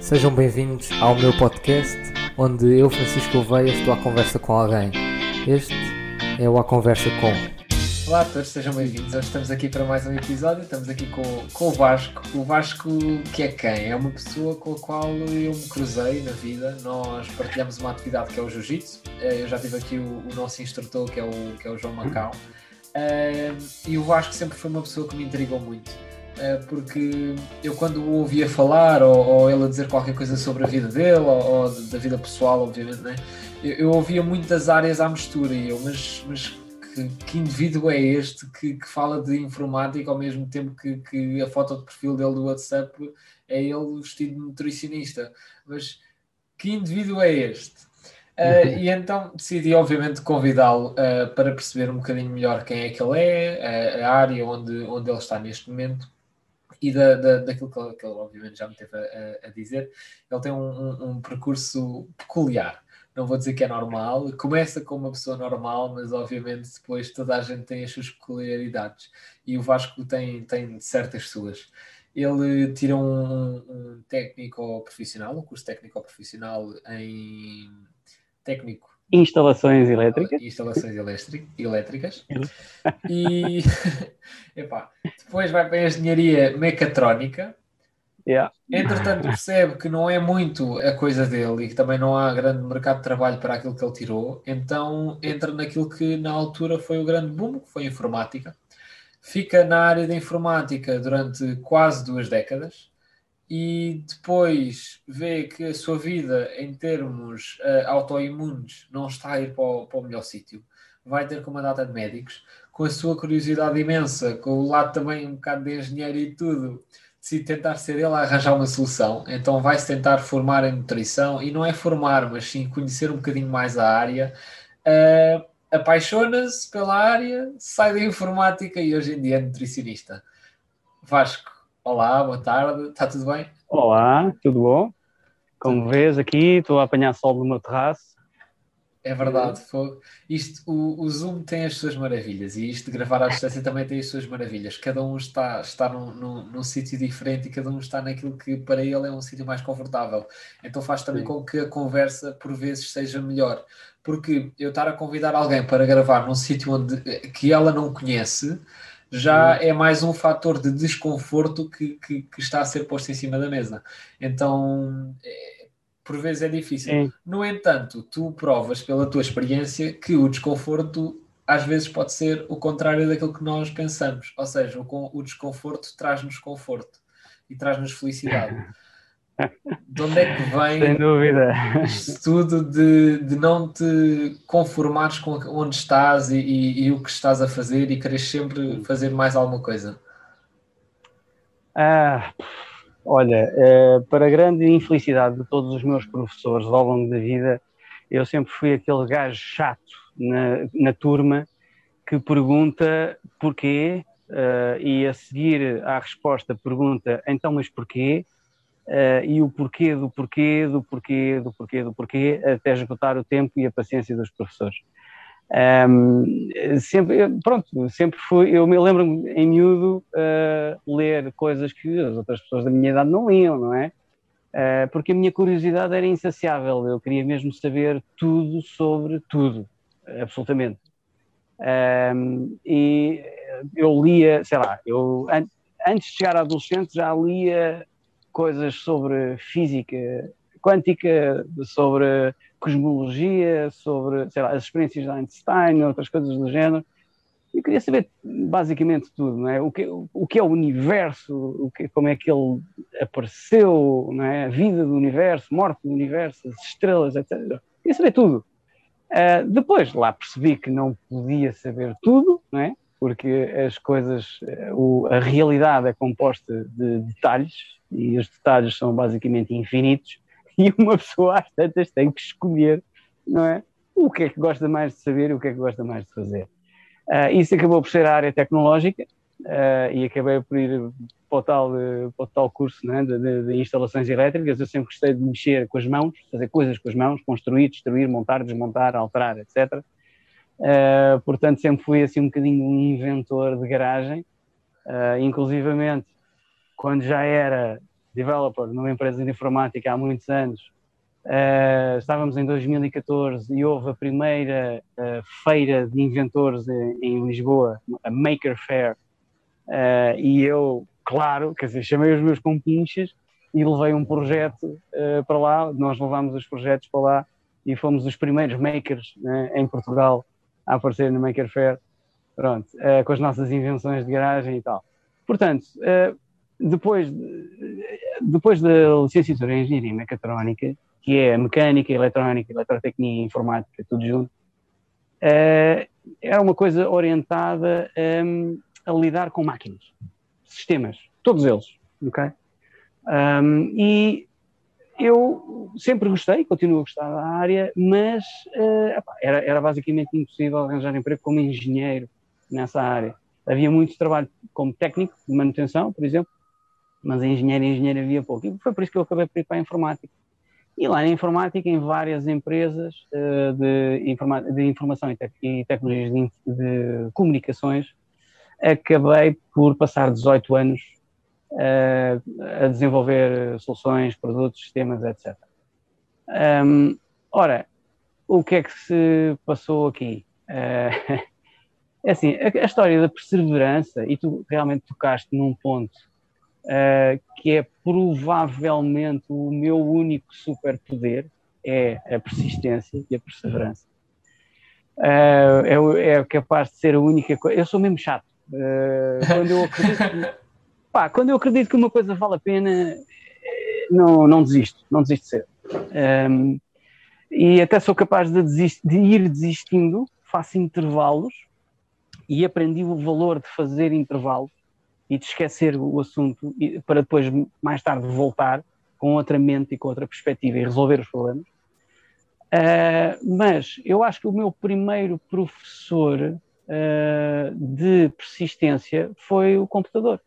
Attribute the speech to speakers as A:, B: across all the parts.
A: Sejam bem-vindos ao meu podcast, onde eu, Francisco Gouveia, estou à conversa com alguém. Este é o A Conversa Com. Olá a todos, sejam bem-vindos. Hoje estamos aqui para mais um episódio. Estamos aqui com o Vasco. O Vasco, que é quem? É uma pessoa com a qual eu me cruzei na vida. Nós partilhamos uma atividade que é o Jiu-Jitsu. Eu já tive aqui o nosso instrutor, que é o João Macau. E o Vasco sempre foi uma pessoa que me intrigou muito. Porque eu, quando o ouvia falar ou ele a dizer qualquer coisa sobre a vida dele ou da vida pessoal, obviamente, né? Eu ouvia muitas áreas à mistura e eu, mas que indivíduo é este que fala de informática ao mesmo tempo que a foto de perfil dele do WhatsApp é ele vestido de nutricionista? Mas que indivíduo é este? E então decidi, obviamente, convidá-lo para perceber um bocadinho melhor quem é que ele é, a área onde ele está neste momento. E daquilo que ele obviamente já me teve a dizer. Ele tem um percurso peculiar. Não vou dizer que é normal, começa com uma pessoa normal, mas obviamente depois toda a gente tem as suas peculiaridades e o Vasco tem certas suas. Ele tira um técnico profissional, um curso técnico profissional em técnico
B: Instalações elétricas.
A: Elétricas. E epá, depois vai para a engenharia mecatrónica.
B: Yeah.
A: Entretanto, percebe que não é muito a coisa dele e que também não há grande mercado de trabalho para aquilo que ele tirou. Então entra naquilo que na altura foi o grande boom, que foi a informática. Fica na área da informática durante quase 2 décadas e depois vê que a sua vida em termos autoimunes não está a ir para o melhor sítio. Vai ter com uma data de médicos, com a sua curiosidade imensa, com o lado também um bocado de engenheiro e tudo, decide tentar ser ele a arranjar uma solução. Então vai-se tentar formar em nutrição, e não é formar, mas sim conhecer um bocadinho mais a área. Apaixona-se pela área, sai da informática e hoje em dia é nutricionista. Vasco, olá, boa tarde, está tudo bem?
B: Olá, tudo bom? Como vês aqui, estou a apanhar sol no meu terraço.
A: É verdade, o Zoom tem as suas maravilhas e isto de gravar à distância também tem as suas maravilhas. Cada um está num sítio diferente e cada um está naquilo que para ele é um sítio mais confortável. Então faz também com que a conversa por vezes seja melhor. Porque eu estar a convidar alguém para gravar num sítio que ela não conhece já é mais um fator de desconforto que está a ser posto em cima da mesa. Então por vezes é difícil.
B: Sim.
A: No entanto, tu provas pela tua experiência que o desconforto às vezes pode ser o contrário daquilo que nós pensamos. Ou seja, o desconforto traz-nos conforto e traz-nos felicidade. De onde é que
B: Sem
A: vem
B: dúvida.
A: isto tudo de não te conformares com onde estás e o que estás a fazer e queres sempre fazer mais alguma coisa?
B: Olha, para grande infelicidade de todos os meus professores ao longo da vida, eu sempre fui aquele gajo chato na turma que pergunta porquê, e a seguir à resposta pergunta então, mas porquê? E o porquê do porquê, do porquê, do porquê, do porquê, até esgotar o tempo e a paciência dos professores. Sempre fui, eu me lembro-me em miúdo ler coisas que as outras pessoas da minha idade não liam, não é? Porque a minha curiosidade era insaciável, eu queria mesmo saber tudo sobre tudo, absolutamente. E eu lia, sei lá, antes de chegar à adolescente já lia coisas sobre física quântica, sobre cosmologia, sobre, sei lá, as experiências de Einstein, outras coisas do género. Eu queria saber basicamente tudo, não é? O que é o universo, como é que ele apareceu, não é? A vida do universo, morte do universo, as estrelas, etc. Eu queria saber tudo. Depois lá percebi que não podia saber tudo, não é? Porque as coisas, a realidade é composta de detalhes e os detalhes são basicamente infinitos e uma pessoa às tantas tem que escolher, não é? O que é que gosta mais de saber e o que é que gosta mais de fazer. Isso acabou por ser a área tecnológica e acabei por ir para o tal curso, né, de instalações elétricas. Eu sempre gostei de mexer com as mãos, fazer coisas com as mãos, construir, destruir, montar, desmontar, alterar, etc. Portanto, sempre fui assim um bocadinho um inventor de garagem. Inclusivamente, quando já era developer numa empresa de informática há muitos anos. Estávamos em 2014 e houve a primeira feira de inventores em Lisboa, a Maker Faire, e eu, claro, quer dizer, chamei os meus compinchas e levei um projeto para lá. Nós levámos os projetos para lá e fomos os primeiros makers, né, em Portugal a aparecer no Maker Faire, pronto, com as nossas invenções de garagem e tal. Portanto, depois da licenciatura em Engenharia Mecatrónica, que é mecânica, eletrónica, eletrotecnia e informática, tudo junto, era uma coisa orientada a lidar com máquinas, sistemas, todos eles, ok? E eu sempre gostei, continuo a gostar da área, mas era basicamente impossível arranjar emprego como engenheiro nessa área. Havia muito trabalho como técnico de manutenção, por exemplo, mas em engenharia havia pouco. E foi por isso que eu acabei por ir para a informática. E lá na informática, em várias empresas de informação e tecnologias de comunicações, acabei por passar 18 anos a desenvolver soluções, produtos, sistemas, etc. Ora, o que é que se passou aqui? É assim, a história da perseverança, e tu realmente tocaste num ponto que é provavelmente o meu único superpoder, é a persistência e a perseverança. É capaz de ser a única coisa. Eu sou mesmo chato. Quando eu acredito que uma coisa vale a pena, não desisto cedo. E até sou capaz de ir desistindo, faço intervalos e aprendi o valor de fazer intervalos e de esquecer o assunto para depois, mais tarde, voltar com outra mente e com outra perspectiva e resolver os problemas. Mas eu acho que o meu primeiro professor de persistência foi o computador.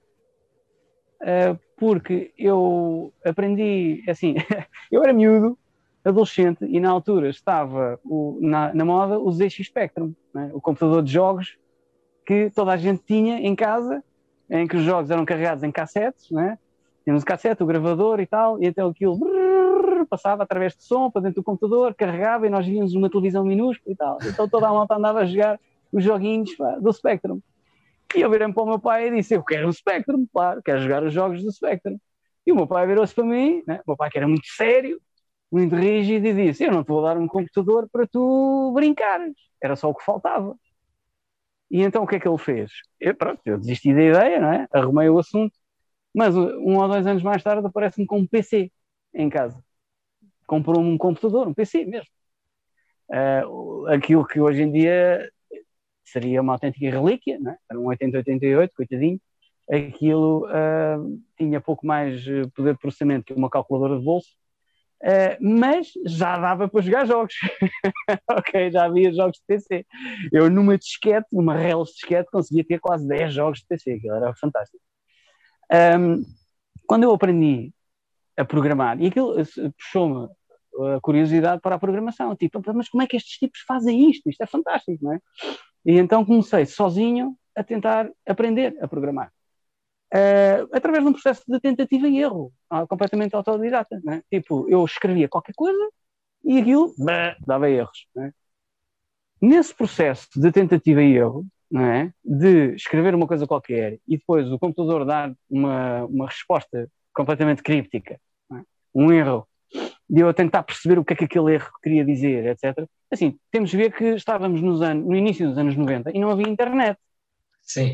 B: Porque eu aprendi, assim, eu era miúdo, adolescente, e na altura estava na moda o ZX Spectrum, né? O computador de jogos que toda a gente tinha em casa, em que os jogos eram carregados em cassetes, né? Tínhamos o cassete, o gravador e tal, e então aquilo passava através de som para dentro do computador, carregava e nós víamos uma televisão minúscula e tal. Então toda a malta andava a jogar os joguinhos do Spectrum. E eu virei para o meu pai e disse: eu quero um Spectrum, claro, quero jogar os jogos do Spectrum. E o meu pai virou-se para mim, né? O meu pai que era muito sério, muito rígido, e disse: eu não te vou dar um computador para tu brincares. Era só o que faltava. E então o que é que ele fez? Eu desisti da ideia, não é? Arrumei o assunto, mas 1 ou 2 anos mais tarde aparece-me com um PC em casa. Comprou-me um computador, um PC mesmo. Aquilo que hoje em dia seria uma autêntica relíquia, não é? Era um 8088, coitadinho. Aquilo tinha pouco mais poder de processamento que uma calculadora de bolso, mas já dava para jogar jogos. Ok, já havia jogos de PC. Eu numa disquete, numa Reles disquete, conseguia ter quase 10 jogos de PC, aquilo era fantástico. Quando eu aprendi a programar, e aquilo puxou-me a curiosidade para a programação, tipo, mas como é que estes tipos fazem isto? Isto é fantástico, não é? E então comecei sozinho a tentar aprender a programar. Através de um processo de tentativa e erro, completamente autodidata, não é? Tipo, eu escrevia qualquer coisa e aquilo dava erros, não é? Nesse processo de tentativa e erro, não é? De escrever uma coisa qualquer e depois o computador dar uma resposta completamente críptica, não é? Um erro, de eu tentar perceber o que é que aquele erro queria dizer, etc. Assim, temos de ver que estávamos no início dos anos 90 e não havia internet.
A: Sim.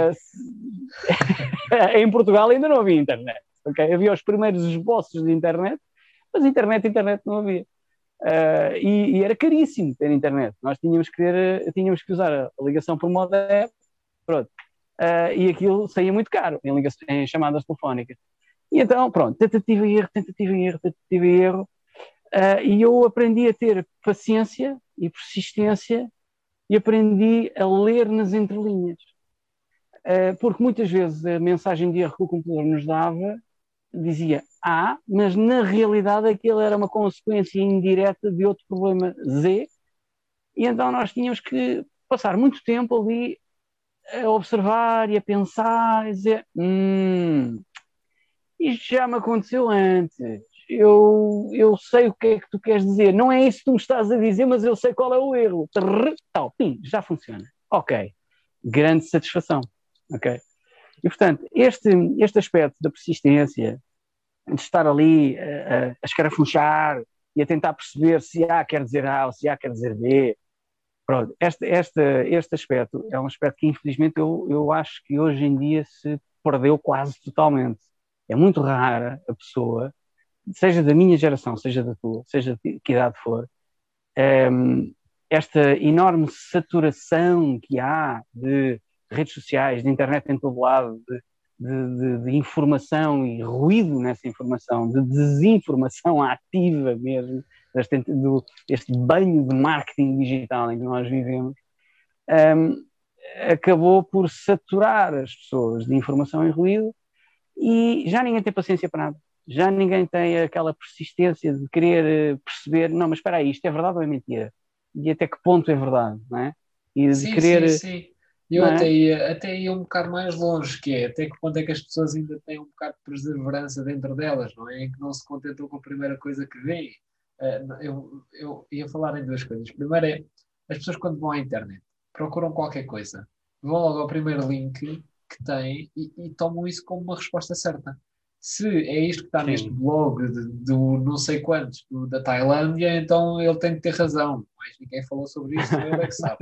B: Em Portugal ainda não havia internet, okay? Havia os primeiros esboços de internet, mas internet não havia. E era caríssimo ter internet. Nós tínhamos que usar a ligação por modem, pronto. E aquilo saía muito caro em chamadas telefónicas. E então, pronto, tentativa e erro. E eu aprendi a ter paciência e persistência e aprendi a ler nas entrelinhas. Porque muitas vezes a mensagem de erro que o computador nos dava dizia A, mas na realidade aquilo era uma consequência indireta de outro problema Z, e então nós tínhamos que passar muito tempo ali a observar e a pensar e dizer isto já me aconteceu antes. Eu sei o que é que tu queres dizer. Não é isso que tu me estás a dizer, mas eu sei qual é o erro. Tal, pim, já funciona. Ok. Grande satisfação. Ok. E, portanto, este aspecto da persistência, de estar ali a escarafunchar e a tentar perceber se A quer dizer A ou se A quer dizer B. Pronto, este aspecto é um aspecto que, infelizmente, eu acho que hoje em dia se perdeu quase totalmente. É muito rara a pessoa, seja da minha geração, seja da tua, seja de que idade for, esta enorme saturação que há de redes sociais, de internet em todo lado, de informação e ruído nessa informação, de desinformação ativa mesmo, este banho de marketing digital em que nós vivemos, acabou por saturar as pessoas de informação e ruído e já ninguém tem paciência para nada. Já ninguém tem aquela persistência de querer perceber, não, mas espera aí, isto é verdade ou é mentira? E até que ponto é verdade, não é? E de
A: Sim, sim,
B: querer,
A: sim. Eu
B: não é?
A: até ia um bocado mais longe, que é até que ponto é que as pessoas ainda têm um bocado de perseverança dentro delas, não é? Em que não se contentam com a primeira coisa que vêem. Eu ia falar em duas coisas. Primeiro é, as pessoas quando vão à internet, procuram qualquer coisa, vão logo ao primeiro link que têm e tomam isso como uma resposta certa. Se é isto que está neste
B: Sim,
A: blog do não sei quantos, da Tailândia, então ele tem que ter razão. Mas ninguém falou sobre isto, só ele é que sabe.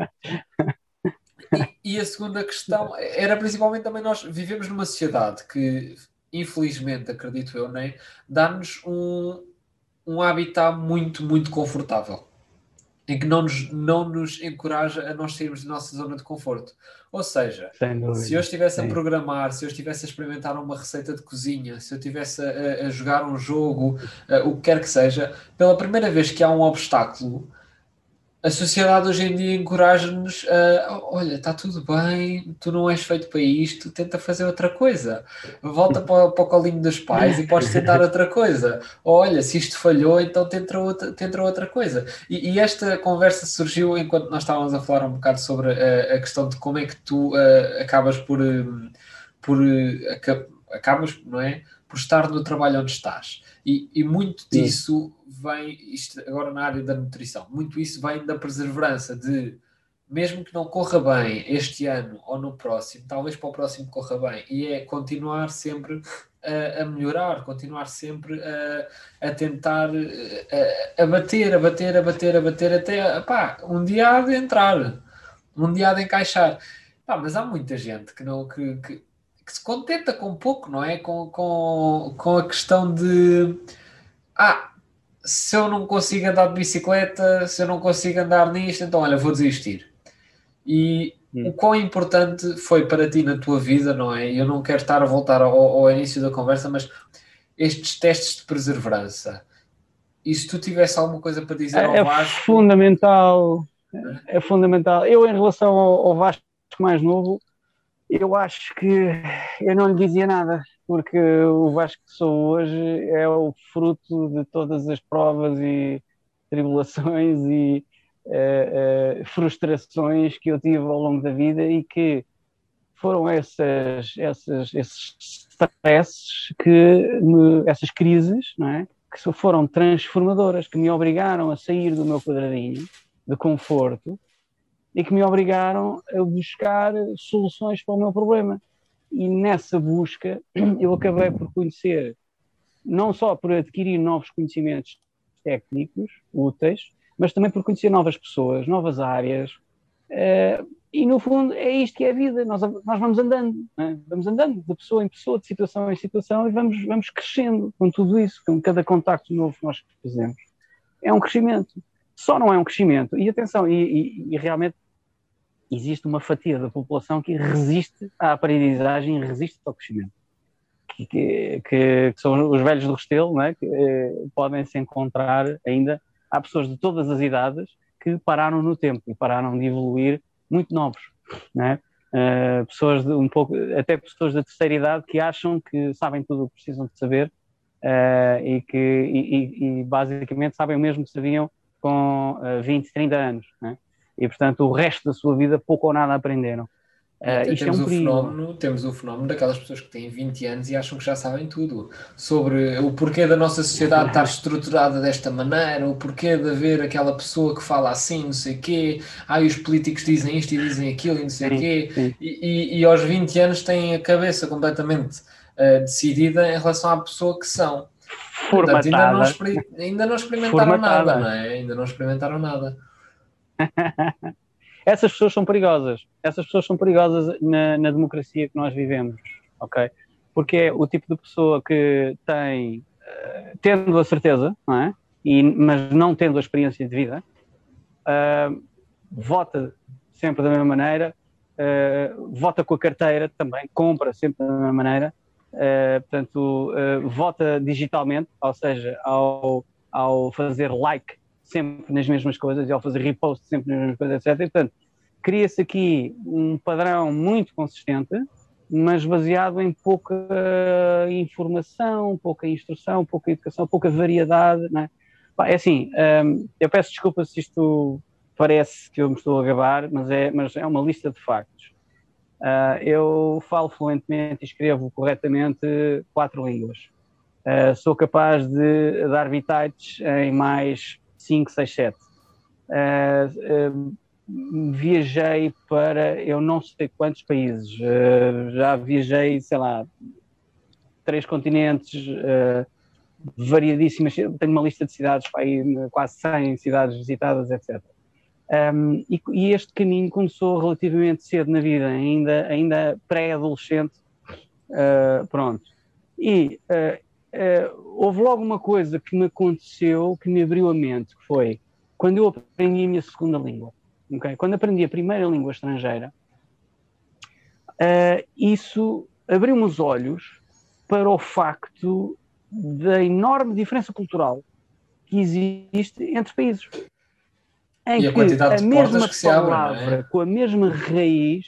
A: E a segunda questão era principalmente também nós vivemos numa sociedade que, infelizmente, acredito eu, né, dá-nos um habitat muito, muito confortável, em que não nos encoraja a nós sairmos da nossa zona de conforto. Ou seja,
B: sem
A: se eu
B: dúvida.
A: estivesse a
B: Sim.
A: programar, se eu estivesse a experimentar uma receita de cozinha, se eu estivesse a jogar um jogo, o que quer que seja, pela primeira vez que há um obstáculo, a sociedade hoje em dia encoraja-nos a, olha, está tudo bem, tu não és feito para isto, tenta fazer outra coisa. Volta para o colinho dos pais e podes tentar outra coisa. Olha, se isto falhou, então tenta outra coisa. E esta conversa surgiu enquanto nós estávamos a falar um bocado sobre a questão de como é que tu acabas acabas, não é? Por estar no trabalho onde estás. E muito
B: Sim.
A: disso vem, isto agora na área da nutrição, muito isso vem da perseverança de, mesmo que não corra bem este ano ou no próximo, talvez para o próximo corra bem, e é continuar sempre a melhorar, continuar sempre a tentar a bater, até pá, um dia há de entrar, um dia há de encaixar. Pá, mas há muita gente que não que se contenta com pouco, não é? Com a questão de se eu não consigo andar de bicicleta, se eu não consigo andar nisto, então olha, vou desistir. E o quão importante foi para ti na tua vida, não é? Eu não quero estar a voltar ao início da conversa, mas estes testes de perseverança, e se tu tivesse alguma coisa para dizer ao
B: É
A: Vasco,
B: fundamental,
A: né?
B: é fundamental. Eu, em relação ao Vasco mais novo, eu acho que eu não lhe dizia nada, porque o Vasco que sou hoje é o fruto de todas as provas e tribulações e frustrações que eu tive ao longo da vida e que foram esses stresses essas crises, não é? Que foram transformadoras, que me obrigaram a sair do meu quadradinho de conforto e que me obrigaram a buscar soluções para o meu problema. E nessa busca eu acabei por conhecer, não só por adquirir novos conhecimentos técnicos úteis, mas também por conhecer novas pessoas, novas áreas. E no fundo é isto que é a vida. Nós vamos andando, é? Vamos andando de pessoa em pessoa, de situação em situação e vamos crescendo com tudo isso, com cada contacto novo que nós fazemos. É um crescimento. Só não é um crescimento. E atenção, e realmente existe uma fatia da população que resiste à aprendizagem e resiste ao crescimento. Que são os velhos do Restelo, não é? Que podem se encontrar ainda. Há pessoas de todas as idades que pararam no tempo e pararam de evoluir muito novos, não é? Pessoas de um pouco, até pessoas da terceira idade que acham que sabem tudo o que precisam de saber e basicamente sabem o mesmo que sabiam com 20, 30 anos, não é? E portanto o resto da sua vida pouco ou nada aprenderam.
A: E até
B: Isto é um perigo.
A: temos o fenómeno daquelas pessoas que têm 20 anos e acham que já sabem tudo sobre o porquê da nossa sociedade estar estruturada desta maneira, o porquê de haver aquela pessoa que fala assim, não sei o quê, os políticos dizem isto e dizem aquilo e não sei o
B: Sim,
A: quê,
B: sim.
A: e aos 20 anos têm a cabeça completamente decidida em relação à pessoa que são. No entanto,
B: Formatada.
A: ainda não experimentaram nada, não
B: Formatada.
A: é? Ainda não experimentaram nada.
B: Essas pessoas são perigosas. Essas pessoas são perigosas na democracia que nós vivemos, ok? Porque é o tipo de pessoa que tem, tendo a certeza, não é? Mas não tendo a experiência de vida, vota sempre da mesma maneira, vota com a carteira também, compra sempre da mesma maneira, portanto, vota digitalmente, ou seja, ao fazer like sempre nas mesmas coisas e ao fazer repost sempre nas mesmas coisas, etc. E, portanto, cria-se aqui um padrão muito consistente, mas baseado em pouca informação, pouca instrução, pouca educação, pouca variedade, não é? É assim, eu peço desculpa se isto parece que eu me estou a gabar, mas é uma lista de factos. Eu falo fluentemente e escrevo corretamente 4 línguas. Sou capaz de dar bitites em mais 5, 6, 7. Viajei para eu não sei quantos países. Já viajei, sei lá, 3 continentes, variadíssimas. Tenho uma lista de cidades, para aí, quase 100 cidades visitadas, etc. E este caminho começou relativamente cedo na vida, ainda pré-adolescente, pronto. E houve logo uma coisa que me aconteceu, que me abriu a mente, que foi quando eu aprendi a minha segunda língua. Okay? Quando aprendi a primeira língua estrangeira, isso abriu-me os olhos para o facto da enorme diferença cultural que existe entre países. Em
A: E a
B: que a
A: quantidade de portas
B: mesma
A: que se abrem, não
B: palavra
A: é?
B: com a mesma raiz,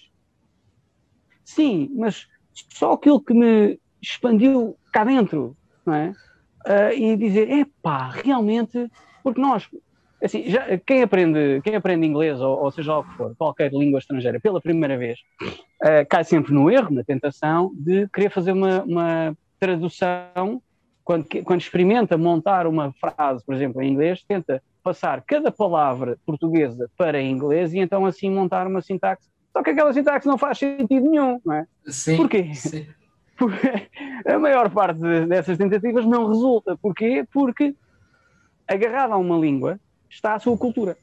B: sim, mas só aquilo que me expandiu cá dentro, não é? E dizer, epá, realmente, porque nós, assim, quem aprende inglês, ou seja o que for, qualquer língua estrangeira, pela primeira vez, cai sempre no erro, na tentação de querer fazer uma tradução, quando experimenta montar uma frase, por exemplo, em inglês, tenta passar cada palavra portuguesa para inglês e então assim montar uma sintaxe. Só que aquela sintaxe não faz sentido nenhum, não é?
A: Sim,
B: Porquê?
A: sim.
B: Porque a maior parte dessas tentativas não resulta. Porquê? Porque agarrada a uma língua está a sua cultura,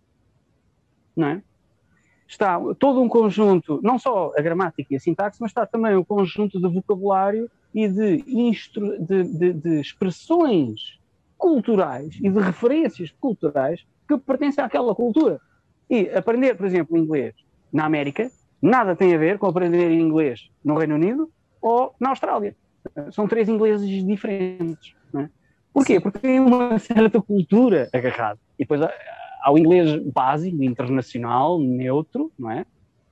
B: não é? Está todo um conjunto, não só a gramática e a sintaxe, mas está também um conjunto de vocabulário e de expressões culturais e de referências culturais que pertencem àquela cultura. E aprender, por exemplo, inglês na América nada tem a ver com aprender inglês no Reino Unido ou na Austrália. São 3 ingleses diferentes. Não é? Porquê?
A: Sim.
B: Porque tem uma certa cultura agarrada. E depois há o inglês básico, internacional, neutro, não é?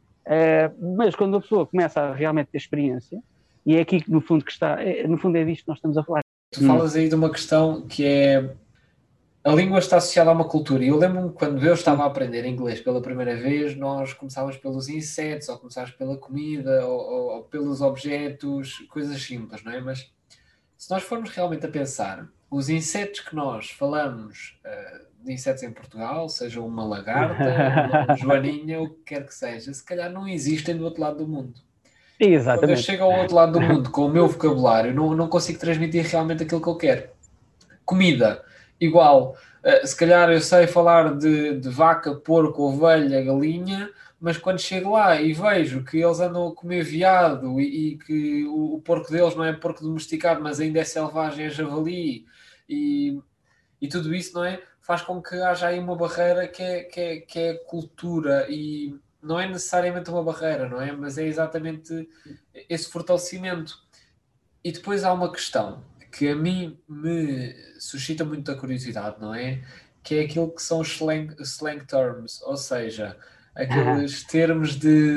B: Mas quando a pessoa começa a realmente ter experiência, e é aqui que no fundo que está, no fundo é disto que nós estamos a falar.
A: Tu falas aí de uma questão que é a língua está associada a uma cultura. E eu lembro-me quando eu estava a aprender inglês pela primeira vez, nós começávamos pelos insetos, ou começávamos pela comida, ou pelos objetos, coisas simples, não é? Mas se nós formos realmente a pensar, os insetos que nós falamos de insetos em Portugal, seja uma lagarta, uma joaninha, o que quer que seja, se calhar não existem do outro lado do mundo. Quando eu
B: Exatamente.
A: chego ao outro lado do mundo com o meu vocabulário, não consigo transmitir realmente aquilo que eu quero. Comida, igual. Se calhar eu sei falar de vaca, porco, ovelha, galinha, mas quando chego lá e vejo que eles andam a comer veado e que o porco deles não é porco domesticado, mas ainda é selvagem, é javali, e, e tudo isso, não é? Faz com que haja aí uma barreira que é cultura e não é necessariamente uma barreira, não é? Mas é exatamente esse fortalecimento. E depois há uma questão que a mim me suscita muita curiosidade, não é? Que é aquilo que são os slang terms, ou seja, aqueles termos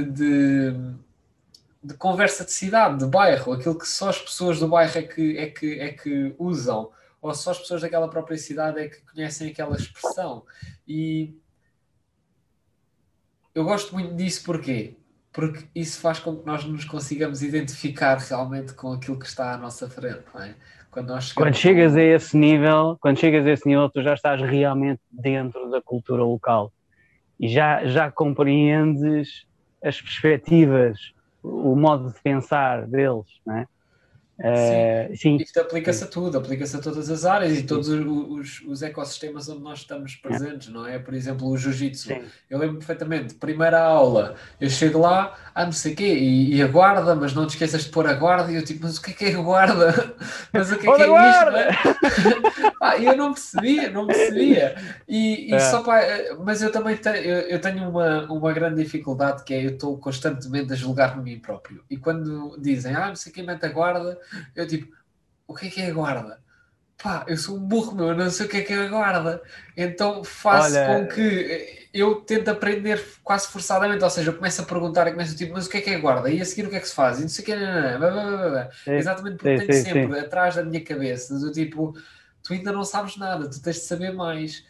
A: de conversa de cidade, de bairro, aquilo que só as pessoas do bairro é que usam, ou só as pessoas daquela própria cidade é que conhecem aquela expressão. E eu gosto muito disso porquê? porque isso faz com que nós nos consigamos identificar realmente com aquilo que está à nossa frente, não é? Quando nós
B: Quando chegas a esse nível, tu já estás realmente dentro da cultura local e já compreendes as perspectivas, o modo de pensar deles, não é?
A: Sim,
B: Sim.
A: isto aplica-se a tudo, aplica-se a todas as áreas e todos os ecossistemas onde nós estamos presentes, não é? Por exemplo, o jiu-jitsu.
B: Sim.
A: Eu lembro perfeitamente, primeira aula, eu chego lá, não sei o quê, e a guarda, mas não te esqueças de pôr a guarda, e eu tipo, mas o que é a guarda? Mas o que é isto, não é? E eu não percebia. E só mas eu também eu tenho uma grande dificuldade, que é eu estou constantemente a julgar-me a mim próprio. E quando dizem, não sei quem mete a guarda, eu tipo, o que é a guarda? Eu sou um burro, meu, eu não sei o que é a guarda. Então faço com que eu tente aprender quase forçadamente, ou seja, eu começo a perguntar e começo tipo, mas o que é a guarda? E a seguir o que é que se faz? E não sei o que, exatamente porque tenho sempre atrás da minha cabeça, do tipo, tu ainda não sabes nada, tu tens de saber mais.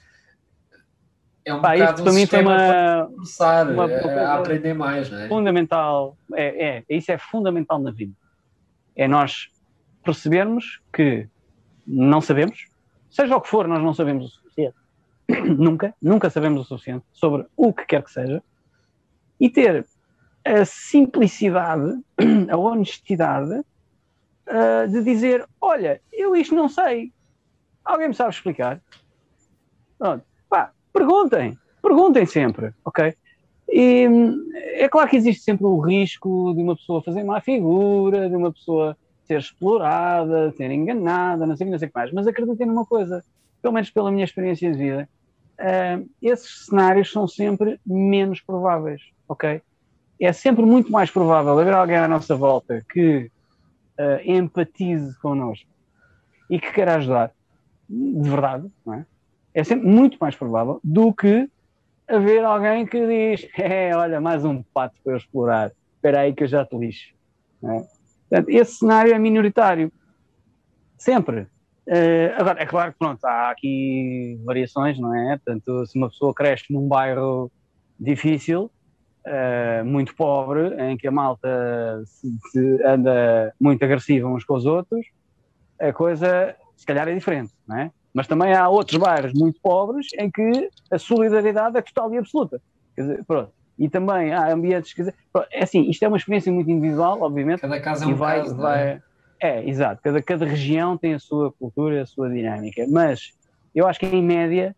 A: É um bocado um sistema para começar a aprender mais, não é?
B: Fundamental, isso é fundamental na vida. É nós percebermos que não sabemos, seja o que for, nós não sabemos o suficiente. Nunca sabemos o suficiente sobre o que quer que seja. E ter a simplicidade, a honestidade de dizer, olha, eu isto não sei. Alguém me sabe explicar? Pronto. Perguntem sempre, ok? E é claro que existe sempre o risco de uma pessoa fazer má figura, de uma pessoa ser explorada, ser enganada, não sei o que mais. Mas acreditem numa coisa, pelo menos pela minha experiência de vida, esses cenários são sempre menos prováveis, ok? É sempre muito mais provável haver alguém à nossa volta que empatize connosco e que queira ajudar, de verdade, não é? É sempre muito mais provável do que haver alguém que diz, olha, mais um pato para eu explorar, espera aí que eu já te lixo. Não é? Portanto, esse cenário é minoritário. Sempre. Agora, é claro que pronto, há aqui variações, não é? Portanto, se uma pessoa cresce num bairro difícil, muito pobre, em que a malta se anda muito agressiva uns com os outros, a coisa se calhar é diferente, não é? Mas também há outros bairros muito pobres em que a solidariedade é total e absoluta. Quer dizer, pronto. E também há ambientes, quer dizer, é assim, isto é uma experiência muito individual, obviamente.
A: Cada caso é um caso, não é?
B: Exato. Cada região tem a sua cultura, a sua dinâmica. Mas eu acho que, em média,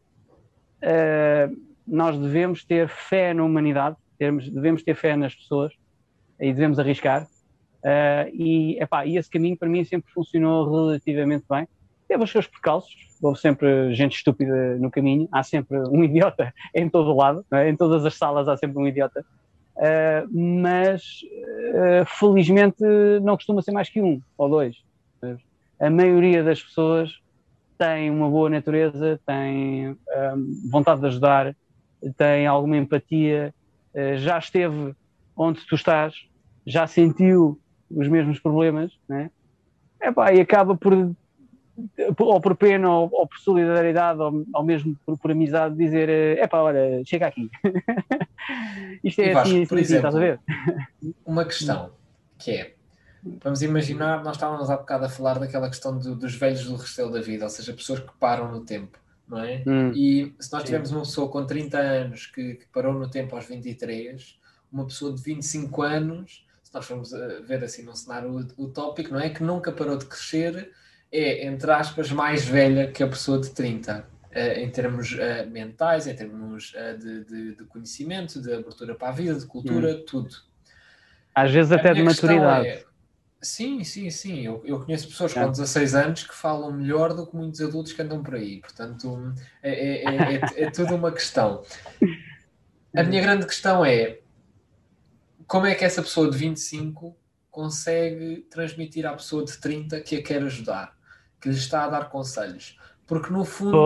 B: nós devemos ter fé na humanidade, devemos ter fé nas pessoas e devemos arriscar. E esse caminho, para mim, sempre funcionou relativamente bem. Teve os seus percalços, houve sempre gente estúpida no caminho, há sempre um idiota em todo o lado, não é? Em todas as salas há sempre um idiota, mas felizmente não costuma ser mais que um ou dois. A maioria das pessoas tem uma boa natureza, tem vontade de ajudar, tem alguma empatia, já esteve onde tu estás, já sentiu os mesmos problemas, né? E acaba ou por pena, ou por solidariedade, ou mesmo por amizade, dizer, olha, chega aqui. Isto é
A: Vasco,
B: assim,
A: por exemplo,
B: estás a ver?
A: Uma questão, que é, vamos imaginar, nós estávamos há bocado a falar daquela questão dos velhos do Restelo da vida, ou seja, pessoas que param no tempo, não é? E se nós tivermos uma pessoa com 30 anos que parou no tempo aos 23, uma pessoa de 25 anos, se nós formos ver assim num cenário utópico, não é? Que nunca parou de crescer, é, entre aspas, mais velha que a pessoa de 30, em termos mentais, em termos de conhecimento, de abertura para a vida, de cultura, tudo.
B: Às vezes até de maturidade.
A: Sim. Eu conheço pessoas com 16 anos que falam melhor do que muitos adultos que andam por aí. Portanto, é tudo uma questão. A minha grande questão é como é que essa pessoa de 25 consegue transmitir à pessoa de 30 que a quer ajudar, que lhe está a dar conselhos. Porque no fundo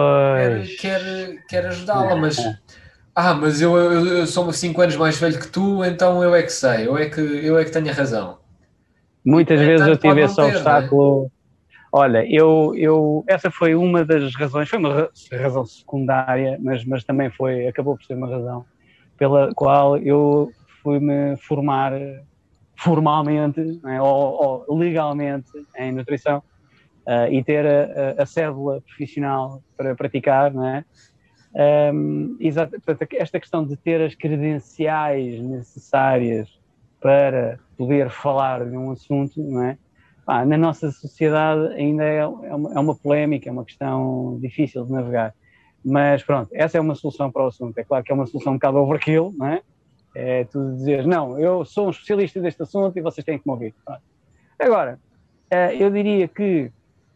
A: quer ajudá-la, mas eu sou 5 anos mais velho que tu, então eu é que sei, eu é que tenho a razão.
B: Muitas vezes eu tive esse obstáculo. Olha, essa foi uma das razões, foi uma razão secundária, mas também acabou por ser uma razão pela qual eu fui-me formar formalmente, não é? ou legalmente em nutrição, e ter a cédula profissional para praticar, não é? Exato, portanto, esta questão de ter as credenciais necessárias para poder falar de um assunto, não é? Na nossa sociedade ainda é uma polémica, é uma questão difícil de navegar. Mas pronto, essa é uma solução para o assunto. É claro que é uma solução um bocado overkill, não é? É tu dizeres, não, eu sou um especialista deste assunto e vocês têm que me ouvir. Pronto. Agora, eu diria que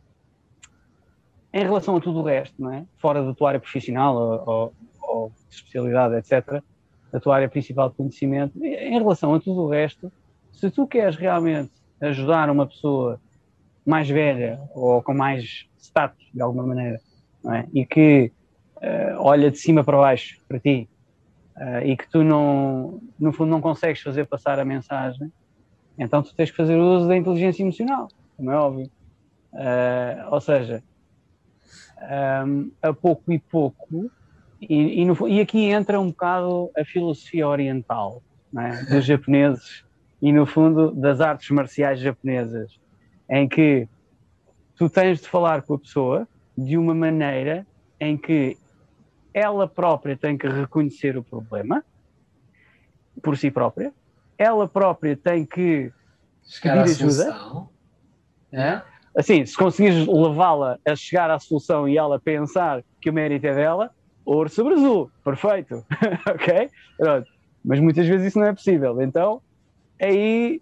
B: em relação a tudo o resto, não é? Fora da tua área profissional ou de especialidade, etc., da tua área principal de conhecimento, em relação a tudo o resto, se tu queres realmente ajudar uma pessoa mais velha ou com mais status, de alguma maneira, não é? E que olha de cima para baixo para ti e que tu, no fundo, não consegues fazer passar a mensagem, então tu tens que fazer uso da inteligência emocional, como é óbvio. Ou seja, a pouco e pouco, e aqui entra um bocado a filosofia oriental, não é? Dos japoneses e, no fundo, das artes marciais japonesas, em que tu tens de falar com a pessoa de uma maneira em que ela própria tem que reconhecer o problema por si própria, ela própria tem que
A: Chegar à
B: pedir ajuda,
A: solução.
B: né? Assim, se conseguires levá-la a chegar à solução e ela pensar que o mérito é dela, ouro sobre azul, perfeito, ok? Pronto. Mas muitas vezes isso não é possível, então aí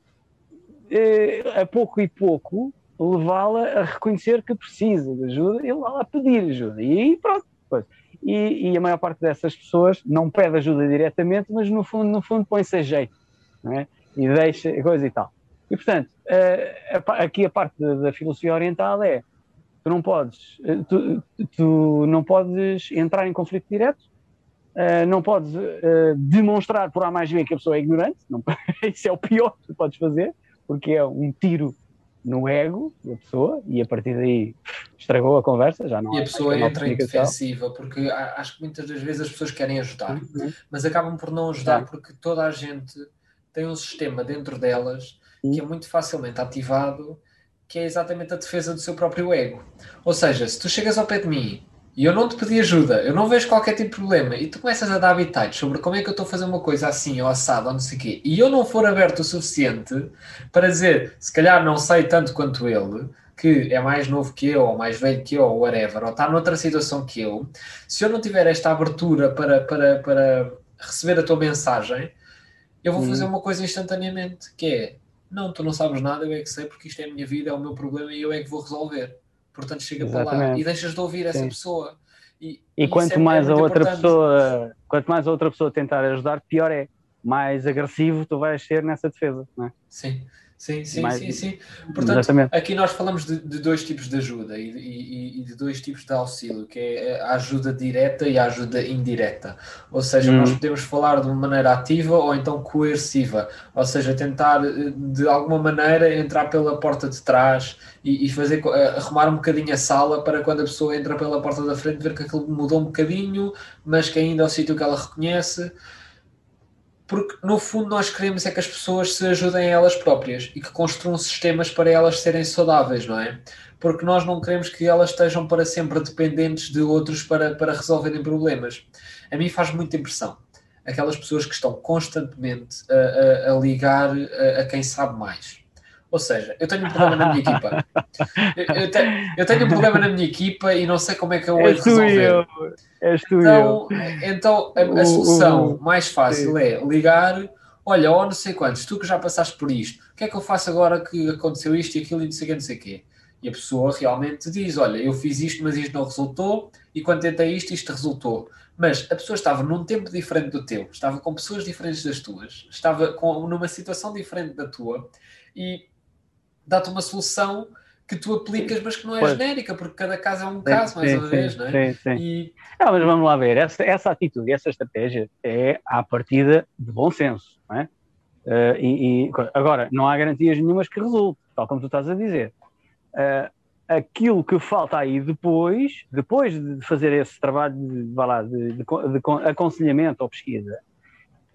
B: a pouco e pouco levá-la a reconhecer que precisa de ajuda e levá-la a pedir ajuda, e aí pronto. E a maior parte dessas pessoas não pede ajuda diretamente, mas no fundo põe-se a jeito, não é? E deixa coisa e tal. E portanto, aqui a parte da filosofia oriental é tu não podes, tu não podes entrar em conflito direto, não podes demonstrar por A mais B que a pessoa é ignorante, não, isso é o pior que tu podes fazer, porque é um tiro no ego da pessoa e a partir daí estragou a conversa, já não
A: E
B: há
A: a pessoa
B: canal de
A: entra em
B: comunicação.
A: defensiva, porque acho que muitas das vezes as pessoas querem ajudar, mas acabam por não ajudar porque toda a gente tem um sistema dentro delas que é muito facilmente ativado, que é exatamente a defesa do seu próprio ego. Ou seja, se tu chegas ao pé de mim e eu não te pedi ajuda, eu não vejo qualquer tipo de problema, e tu começas a dar habitats sobre como é que eu estou a fazer uma coisa assim, ou assado, ou não sei o quê, e eu não for aberto o suficiente para dizer, se calhar não sei tanto quanto ele, que é mais novo que eu, ou mais velho que eu, ou whatever, ou está noutra situação que eu, se eu não tiver esta abertura para receber a tua mensagem, eu vou fazer uma coisa instantaneamente, que é, não, tu não sabes nada, eu é que sei, porque isto é a minha vida, é o meu problema e eu é que vou resolver. Portanto, chega para lá e deixas de ouvir essa pessoa.
B: E quanto mais a outra pessoa, quanto mais a outra pessoa tentar ajudar, pior é. Mais agressivo tu vais ser nessa defesa, não é?
A: Sim. Sim. Portanto,
B: exatamente.
A: aqui nós falamos de dois tipos de ajuda e de dois tipos de auxílio, que é a ajuda direta e a ajuda indireta. Ou seja, nós podemos falar de uma maneira ativa ou então coerciva, ou seja, tentar de alguma maneira entrar pela porta de trás e fazer, arrumar um bocadinho a sala para quando a pessoa entra pela porta da frente ver que aquilo mudou um bocadinho, mas que ainda é o sítio que ela reconhece. Porque no fundo nós queremos é que as pessoas se ajudem a elas próprias e que construam sistemas para elas serem saudáveis, não é? Porque nós não queremos que elas estejam para sempre dependentes de outros para resolverem problemas. A mim faz muita impressão aquelas pessoas que estão constantemente a ligar a quem sabe mais. Ou seja, eu tenho um problema na minha equipa. Eu tenho um problema na minha equipa e não sei como é que eu hei de resolver. Então a solução mais fácil é ligar, olha, não sei quantos, tu que já passaste por isto, o que é que eu faço agora que aconteceu isto e aquilo e não sei o quê? E a pessoa realmente diz, olha, eu fiz isto, mas isto não resultou, e quando tentei isto resultou. Mas a pessoa estava num tempo diferente do teu, estava com pessoas diferentes das tuas, estava numa situação diferente da tua, e dá-te uma solução que tu aplicas, mas que não é genérica, porque cada caso é um caso, mais uma vez, não é?
B: Sim. Mas vamos lá ver, essa atitude, essa estratégia é à partida de bom senso, não é? Agora, não há garantias nenhumas que resulte, tal como tu estás a dizer. Aquilo que falta aí depois de fazer esse trabalho de aconselhamento ou pesquisa,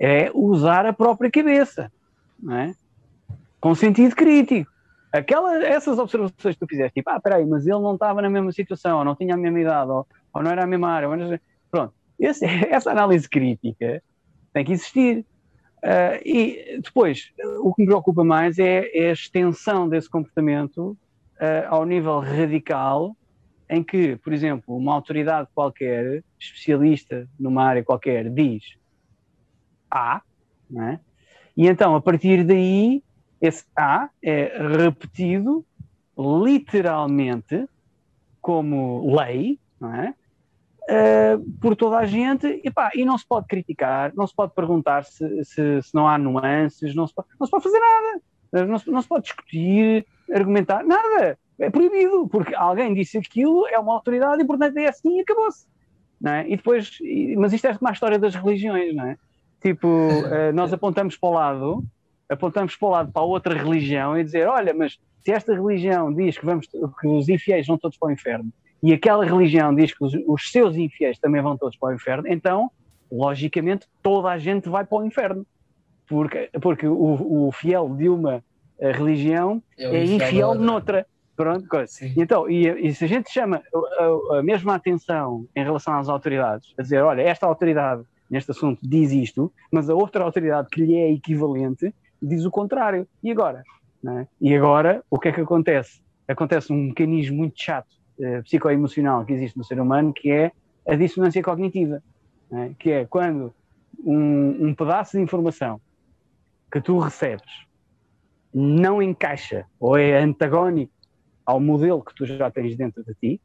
B: é usar a própria cabeça, não é? Com sentido crítico. Essas observações que tu fizeste, tipo, espera aí, mas ele não estava na mesma situação, ou não tinha a mesma idade, ou não era a mesma área, pronto. Essa análise crítica tem que existir. E depois, o que me preocupa mais é a extensão desse comportamento ao nível radical, em que, por exemplo, uma autoridade qualquer, especialista numa área qualquer, diz A, não é? E então, a partir daí, esse A é repetido literalmente como lei, não é? Por toda a gente, e não se pode criticar, não se pode perguntar se não há nuances, não se pode fazer nada, não se pode discutir, argumentar, nada, é proibido, porque alguém disse aquilo, é uma autoridade e portanto é assim e acabou-se, não é? E depois, mas isto é como a história das religiões, não é? Tipo, nós apontamos para o lado para outra religião e dizer, olha, mas se esta religião diz que os infiéis vão todos para o inferno, e aquela religião diz que os seus infiéis também vão todos para o inferno, então, logicamente, toda a gente vai para o inferno. Porque o fiel de uma religião é infiel noutra. Pronto, então, e se a gente chama a mesma atenção em relação às autoridades, a dizer, olha, esta autoridade neste assunto diz isto, mas a outra autoridade que lhe é equivalente diz o contrário. E agora? Não é? E agora, o que é que acontece? Acontece um mecanismo muito chato psicoemocional que existe no ser humano, que é a dissonância cognitiva, né? Que é quando um pedaço de informação que tu recebes não encaixa ou é antagónico ao modelo que tu já tens dentro de ti,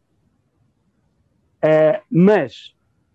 B: mas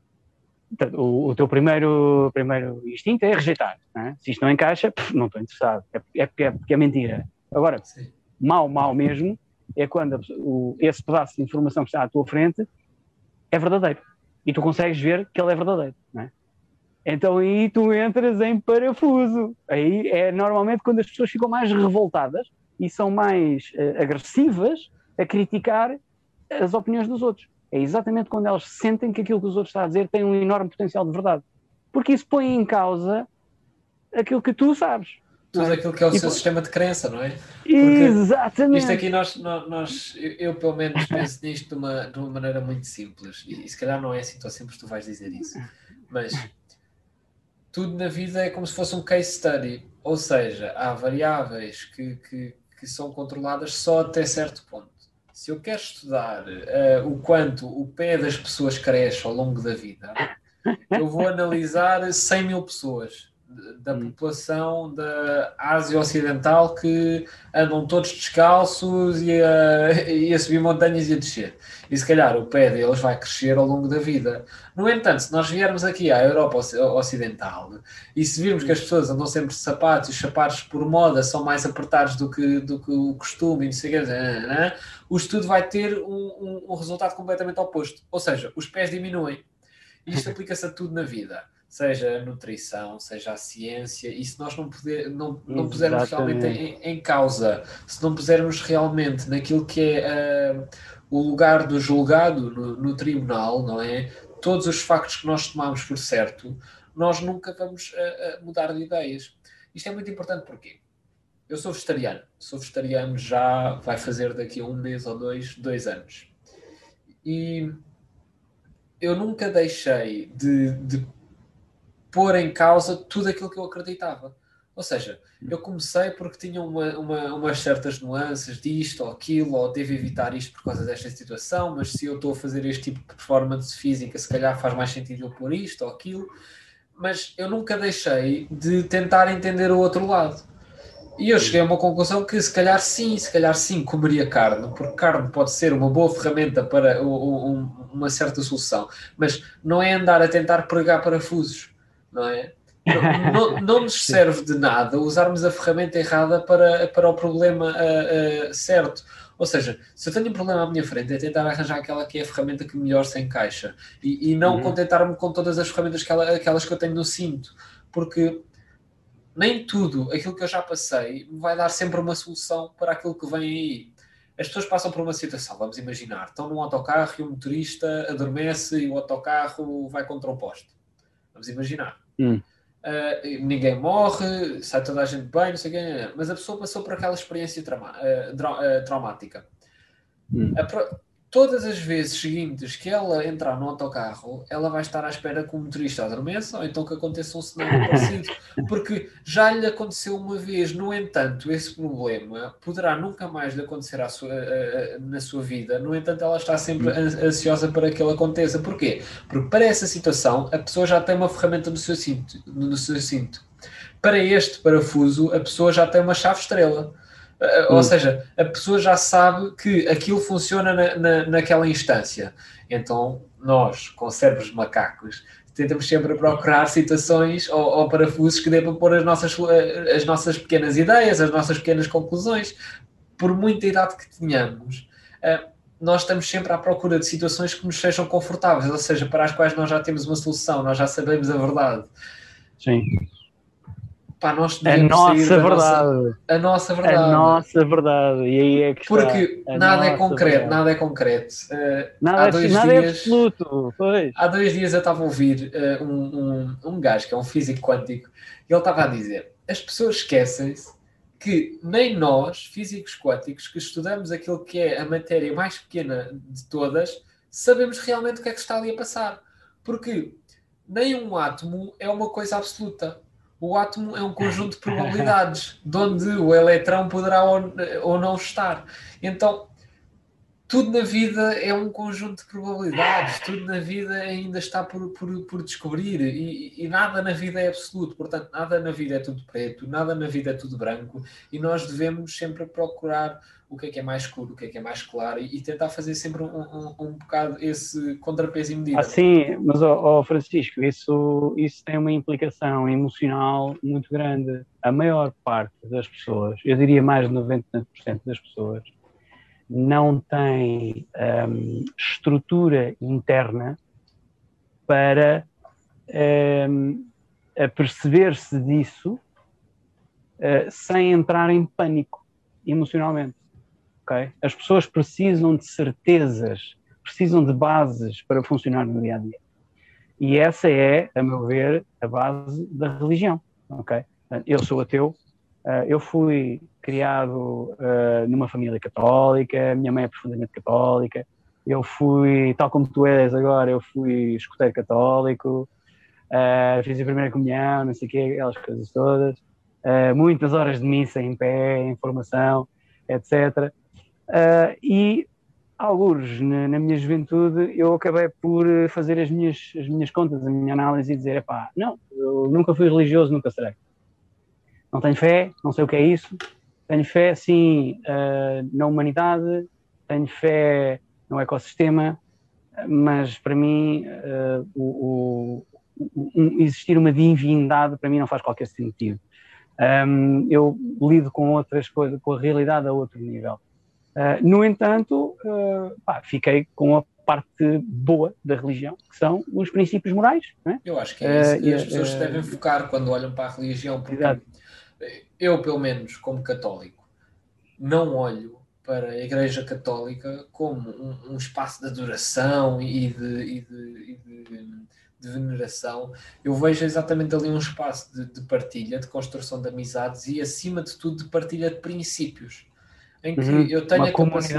B: o teu primeiro instinto é rejeitar, né? Se isto não encaixa, não estou interessado, é porque é mentira. Agora, mal mesmo, é quando esse pedaço de informação que está à tua frente é verdadeiro. E tu consegues ver que ele é verdadeiro, não é? Então aí tu entras em parafuso. Aí é normalmente quando as pessoas ficam mais revoltadas e são mais agressivas a criticar as opiniões dos outros. É exatamente quando elas sentem que aquilo que os outros estão a dizer tem um enorme potencial de verdade. Porque isso põe em causa aquilo que tu sabes.
A: Tudo aquilo que é o seu sistema de crença, não é?
B: Porque exatamente.
A: Isto aqui eu pelo menos penso nisto de uma maneira muito simples. E se calhar não é assim tão simples, tu vais dizer isso. Mas tudo na vida é como se fosse um case study. Ou seja, há variáveis que são controladas só até certo ponto. Se eu quero estudar o quanto o pé das pessoas cresce ao longo da vida, eu vou analisar 100 mil pessoas da população da Ásia Ocidental que andam todos descalços e a subir montanhas e a descer. E se calhar o pé deles vai crescer ao longo da vida. No entanto, se nós viermos aqui à Europa Ocidental e se virmos que as pessoas andam sempre de sapatos e os sapatos por moda são mais apertados do que o costume, não sei o que, o estudo vai ter um resultado completamente oposto. Ou seja, os pés diminuem. Isto aplica-se a tudo na vida. Seja a nutrição, seja a ciência, e se nós não pusermos realmente em causa, se não pusermos realmente naquilo que é o lugar do julgado no tribunal, não é? Todos os factos que nós tomamos por certo, nós nunca vamos mudar de ideias. Isto é muito importante porque eu sou vegetariano já vai fazer daqui a um mês ou 2 anos. E eu nunca deixei de pôr em causa tudo aquilo que eu acreditava. Ou seja, eu comecei porque tinha umas certas nuances disto ou aquilo, ou devo evitar isto por causa desta situação, mas se eu estou a fazer este tipo de performance física, se calhar faz mais sentido eu pôr isto ou aquilo. Mas eu nunca deixei de tentar entender o outro lado. E eu cheguei a uma conclusão que se calhar sim, comeria carne, porque carne pode ser uma boa ferramenta para uma certa solução, mas não é andar a tentar pregar parafusos, não é? Não nos serve de nada usarmos a ferramenta errada para o problema certo. Ou seja, se eu tenho um problema à minha frente, é tentar arranjar aquela que é a ferramenta que melhor se encaixa e não contentar-me com todas as ferramentas aquelas que eu tenho no cinto, porque nem tudo aquilo que eu já passei vai dar sempre uma solução para aquilo que vem aí. As pessoas passam por uma situação, vamos imaginar, estão num autocarro e o motorista adormece e o autocarro vai contra o poste. Vamos imaginar. ninguém morre, sai toda a gente bem, não sei o quê, mas a pessoa passou por aquela experiência traumática. Todas as vezes seguintes que ela entrar no autocarro, ela vai estar à espera que o motorista adormeça ou então que aconteça um cenário parecido, porque já lhe aconteceu uma vez. No entanto, esse problema poderá nunca mais lhe acontecer na sua vida. No entanto, ela está sempre ansiosa para que ele aconteça. Porquê? Porque para essa situação a pessoa já tem uma ferramenta no seu cinto. Para este parafuso a pessoa já tem uma chave estrela. Ou seja, a pessoa já sabe que aquilo funciona naquela instância. Então, nós, com cérebros de macacos, tentamos sempre procurar situações ou parafusos que dê para pôr as nossas pequenas ideias, as nossas pequenas conclusões. Por muita idade que tenhamos, nós estamos sempre à procura de situações que nos sejam confortáveis, ou seja, para as quais nós já temos uma solução, nós já sabemos a verdade.
B: Sim.
A: Pá, nós
B: a nossa verdade.
A: A nossa verdade.
B: A nossa verdade. E aí é que
A: porque nada é concreto, nada é concreto.
B: Nada é absoluto. Pois.
A: Há 2 dias eu estava a ouvir um gajo que é um físico quântico e ele estava a dizer: as pessoas esquecem-se que nem nós, físicos quânticos, que estudamos aquilo que é a matéria mais pequena de todas, sabemos realmente o que é que está ali a passar. Porque nem um átomo é uma coisa absoluta. O átomo é um conjunto de probabilidades, de onde o eletrão poderá ou não estar. Então, tudo na vida é um conjunto de probabilidades, tudo na vida ainda está por descobrir e nada na vida é absoluto. Portanto, nada na vida é tudo preto, nada na vida é tudo branco e nós devemos sempre procurar o que é mais escuro, o que é mais claro e tentar fazer sempre um bocado esse contrapeso e medida.
B: Sim, mas Francisco, isso tem uma implicação emocional muito grande. A maior parte das pessoas, eu diria mais de 90% das pessoas, não tem estrutura interna para aperceber-se disso sem entrar em pânico emocionalmente. Okay? As pessoas precisam de certezas, precisam de bases para funcionar no dia a dia. E essa é, a meu ver, a base da religião. Okay? Eu sou ateu, eu fui criado numa família católica, minha mãe é profundamente católica, eu fui, tal como tu és agora, eu fui escoteiro católico, fiz a primeira comunhão, não sei o quê, aquelas coisas todas, muitas horas de missa em pé, em formação, etc. E alguns na minha juventude eu acabei por fazer as minhas contas, a minha análise e dizer, epá, não, eu nunca fui religioso, nunca serei. Não tenho fé, não sei o que é isso. Tenho fé, sim, na humanidade, tenho fé no ecossistema, mas para mim existir uma divindade para mim não faz qualquer sentido. Eu lido com outras coisas, com a realidade a outro nível. No entanto, fiquei com a parte boa da religião, que são os princípios morais. Não é?
A: Eu acho que é isso que as pessoas devem focar quando olham para a religião, porque eu, pelo menos, como católico, não olho para a Igreja Católica como um espaço de adoração e de veneração. Eu vejo exatamente ali um espaço de partilha, de construção de amizades e, acima de tudo, de partilha de princípios, em que eu tenho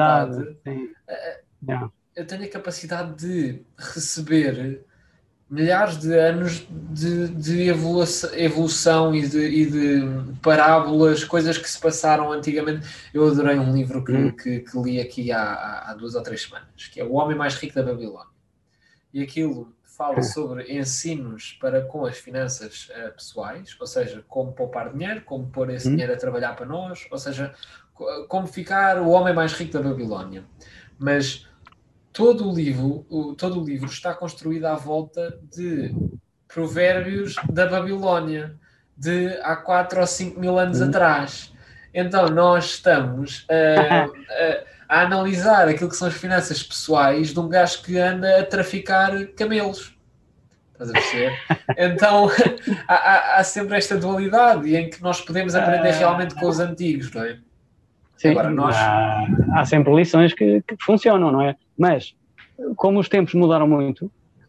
A: eu tenho a capacidade de receber milhares de anos de evolução e de parábolas, coisas que se passaram antigamente. Eu adorei um livro que li aqui há 2 ou 3 semanas, que é O Homem Mais Rico da Babilónia. E aquilo fala sobre ensinos para com as finanças pessoais, ou seja, como poupar dinheiro, como pôr esse dinheiro a trabalhar para nós, ou seja, como ficar o homem mais rico da Babilónia. Mas todo o livro está construído à volta de provérbios da Babilónia, de há 4 ou 5 mil anos atrás. Então nós estamos a analisar aquilo que são as finanças pessoais de um gajo que anda a traficar camelos. Estás a perceber? Então há sempre esta dualidade em que nós podemos aprender realmente com os antigos, não é?
B: Sim, agora, há sempre lições que funcionam, não é? Mas, como os tempos mudaram muito,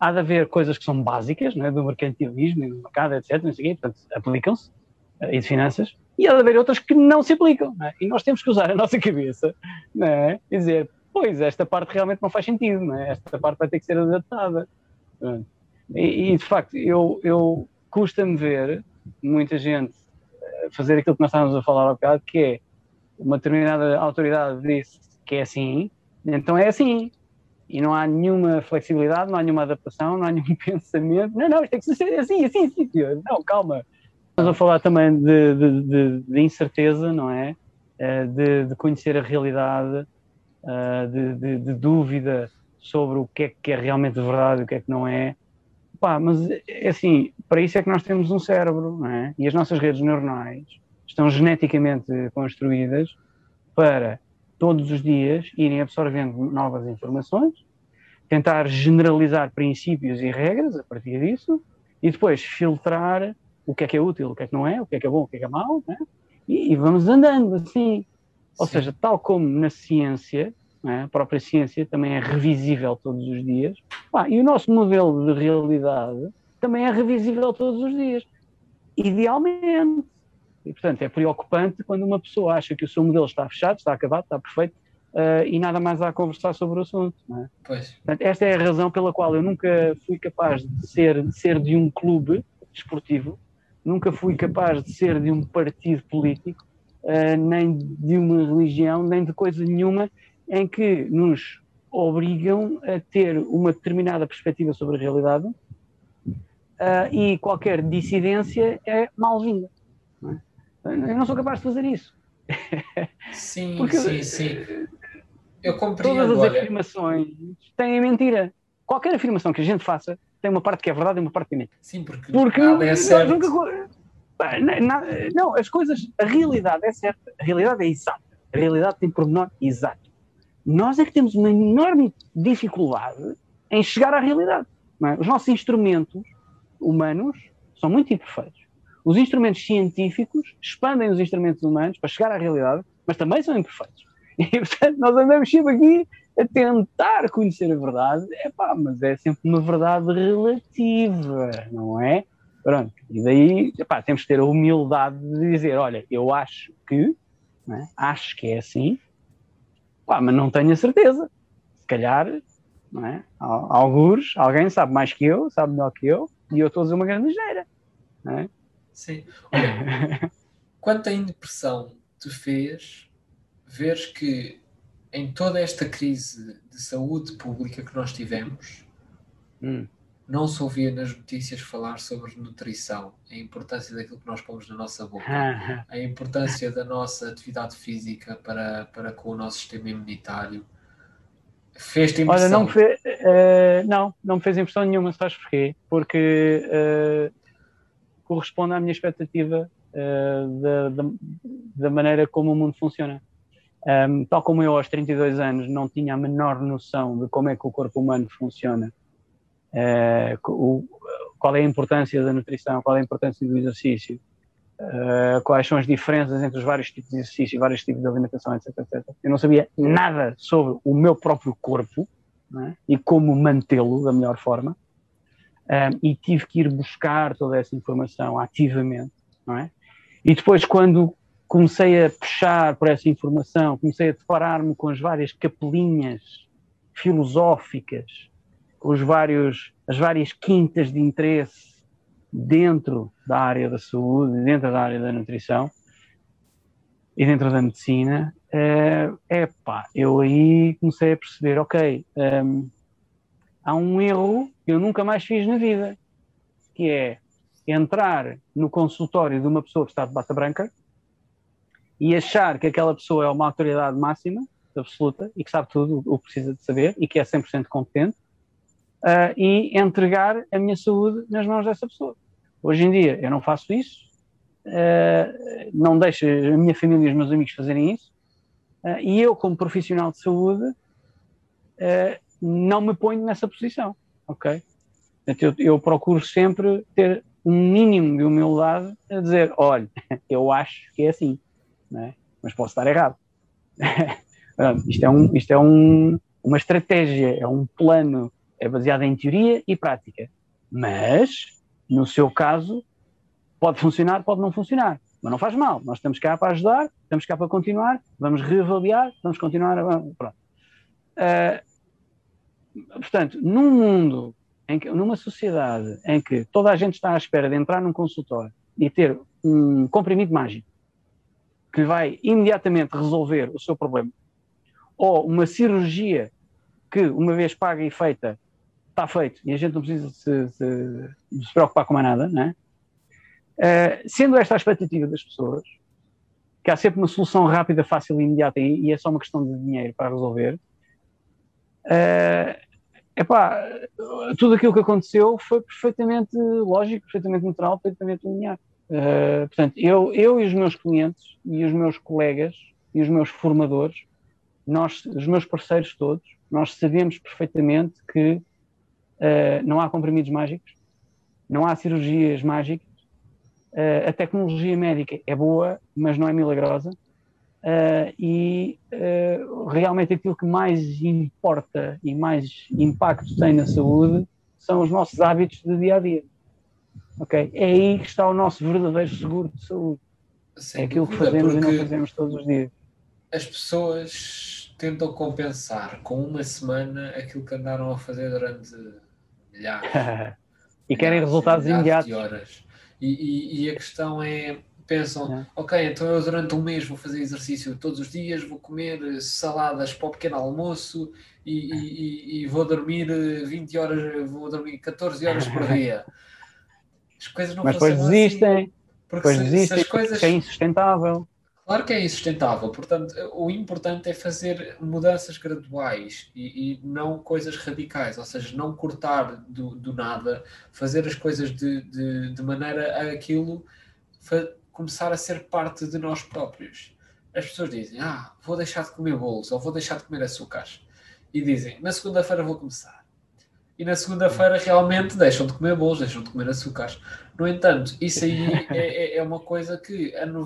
B: há de haver coisas que são básicas, não é? Do mercantilismo e do mercado, etc. Não sei o quê, portanto, aplicam-se, e de finanças, e há de haver outras que não se aplicam. Não é? E nós temos que usar a nossa cabeça, não é? E dizer, pois, esta parte realmente não faz sentido, não é? Esta parte vai ter que ser adaptada. E de facto, eu custa-me ver muita gente fazer aquilo que nós estávamos a falar há bocado, que é uma determinada autoridade disse que é assim, então é assim. E não há nenhuma flexibilidade, não há nenhuma adaptação, não há nenhum pensamento. Não, isto tem que ser assim, senhor. Não, calma. Estamos a falar também de incerteza, não é? De conhecer a realidade, de dúvida sobre o que é realmente verdade e o que é que não é. Pá, mas é assim, para isso é que nós temos um cérebro, não é? E as nossas redes neuronais estão geneticamente construídas para todos os dias irem absorvendo novas informações, tentar generalizar princípios e regras a partir disso e depois filtrar o que é útil, o que não é, o que é bom, o que é mau, né? E vamos andando assim. Ou seja, tal como na ciência, né, a própria ciência também é revisível todos os dias, e o nosso modelo de realidade também é revisível todos os dias, idealmente. E, portanto, é preocupante quando uma pessoa acha que o seu modelo está fechado, está acabado, está perfeito, e nada mais há a conversar sobre o assunto. Não é?
A: Pois.
B: Portanto, esta é a razão pela qual eu nunca fui capaz de ser de um clube desportivo, nunca fui capaz de ser de um partido político, nem de uma religião, nem de coisa nenhuma em que nos obrigam a ter uma determinada perspectiva sobre a realidade, e qualquer dissidência é mal-vinda. Não é? Eu não sou capaz de fazer isso.
A: Sim,
B: porque
A: sim. Eu compreendo.
B: Todas as afirmações têm mentira. Qualquer afirmação que a gente faça tem uma parte que é verdade e uma parte que é mentira.
A: Sim, porque nada é certo.
B: Não, as coisas, a realidade é certa, a realidade é exata, a realidade tem pormenor exato. Nós é que temos uma enorme dificuldade em chegar à realidade. Não é? Os nossos instrumentos humanos são muito imperfeitos. Os instrumentos científicos expandem os instrumentos humanos para chegar à realidade, mas também são imperfeitos. E, portanto, nós andamos sempre aqui a tentar conhecer a verdade, mas é sempre uma verdade relativa, não é? Pronto, e daí, temos que ter a humildade de dizer, olha, eu acho que, não é? Acho que é assim, mas não tenho a certeza. Se calhar, não é? Alguns, alguém sabe mais que eu, sabe melhor que eu, e eu estou a dizer uma grande asneira, não é?
A: Sim. Olha, quanta impressão te fez veres que em toda esta crise de saúde pública que nós tivemos, não se ouvia nas notícias falar sobre nutrição, a importância daquilo que nós pomos na nossa boca, a importância da nossa atividade física para com o nosso sistema imunitário. Fez-te impressão?
B: Olha, não me fez impressão nenhuma, sabes porquê? Porque corresponde à minha expectativa da maneira como o mundo funciona. Tal como eu aos 32 anos não tinha a menor noção de como é que o corpo humano funciona, qual é a importância da nutrição, qual é a importância do exercício, quais são as diferenças entre os vários tipos de exercício, vários tipos de alimentação, etc. Eu não sabia nada sobre o meu próprio corpo, não é? E como mantê-lo da melhor forma, e tive que ir buscar toda essa informação ativamente, não é? E depois, quando comecei a puxar por essa informação, comecei a deparar-me com as várias capelinhas filosóficas, as várias quintas de interesse dentro da área da saúde, dentro da área da nutrição e dentro da medicina, eu aí comecei a perceber, ok, há um erro que eu nunca mais fiz na vida, que é entrar no consultório de uma pessoa que está de bata branca e achar que aquela pessoa é uma autoridade máxima, absoluta, e que sabe tudo o que precisa de saber e que é 100% competente, e entregar a minha saúde nas mãos dessa pessoa. Hoje em dia eu não faço isso, não deixo a minha família e os meus amigos fazerem isso, e eu, como profissional de saúde, não me ponho nessa posição, ok? Portanto, eu procuro sempre ter um mínimo de humildade a dizer, olha, eu acho que é assim, não é? Mas posso estar errado. Isto é uma estratégia, é um plano, é baseada em teoria e prática. Mas, no seu caso, pode funcionar, pode não funcionar. Mas não faz mal. Nós estamos cá para ajudar, estamos cá para continuar, vamos reavaliar, vamos continuar. Pronto. Portanto, num mundo, numa sociedade em que toda a gente está à espera de entrar num consultório e ter um comprimido mágico que lhe vai imediatamente resolver o seu problema, ou uma cirurgia que, uma vez paga e feita, está feito e a gente não precisa se preocupar com mais nada, não é? Sendo esta a expectativa das pessoas, que há sempre uma solução rápida, fácil e imediata e é só uma questão de dinheiro para resolver, tudo aquilo que aconteceu foi perfeitamente lógico, perfeitamente natural, perfeitamente linear. Portanto, eu e os meus clientes e os meus colegas e os meus formadores, os meus parceiros todos, nós sabemos perfeitamente que não há comprimidos mágicos, não há cirurgias mágicas, a tecnologia médica é boa, mas não é milagrosa, realmente aquilo que mais importa e mais impacto tem na saúde são os nossos hábitos de dia-a-dia. Okay? É aí que está o nosso verdadeiro seguro de saúde. É aquilo que fazemos e não fazemos todos os dias.
A: As pessoas tentam compensar com uma semana aquilo que andaram a fazer durante milhares
B: e querem resultados imediatos.
A: De horas. E a questão é, pensam, ok, então eu durante um mês vou fazer exercício todos os dias, vou comer saladas para o pequeno almoço e vou dormir 20 horas, vou dormir 14 horas por dia. As coisas não funcionam
B: depois desistem,
A: assim. Porque se as coisas...
B: é insustentável.
A: Claro que é insustentável, portanto, o importante é fazer mudanças graduais e não coisas radicais, ou seja, não cortar do nada, fazer as coisas de maneira a aquilo começar a ser parte de nós próprios. As pessoas dizem, vou deixar de comer bolos ou vou deixar de comer açúcares. E dizem, na segunda-feira vou começar. E na segunda-feira realmente deixam de comer bolos, deixam de comer açúcares. No entanto, isso aí é uma coisa que a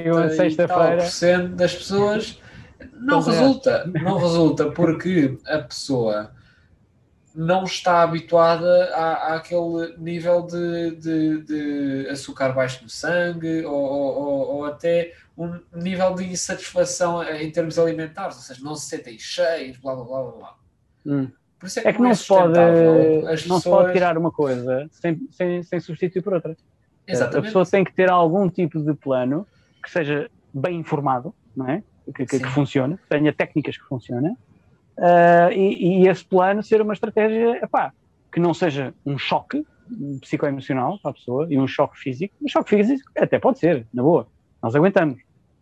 A: 90% das pessoas não resulta. Não resulta porque a pessoa não está habituada àquele nível de açúcar baixo no sangue ou até um nível de insatisfação em termos alimentares. Ou seja, não se sentem cheios, blá, blá, blá, blá. Por isso
B: é que não se pode tirar uma coisa sem substituir por outra. Exatamente. A pessoa tem que ter algum tipo de plano que seja bem informado, não é? Que funcione, que tenha técnicas que funcionem, e esse plano ser uma estratégia que não seja um choque psicoemocional para a pessoa e um choque físico. Um choque físico até pode ser, na boa, nós aguentamos.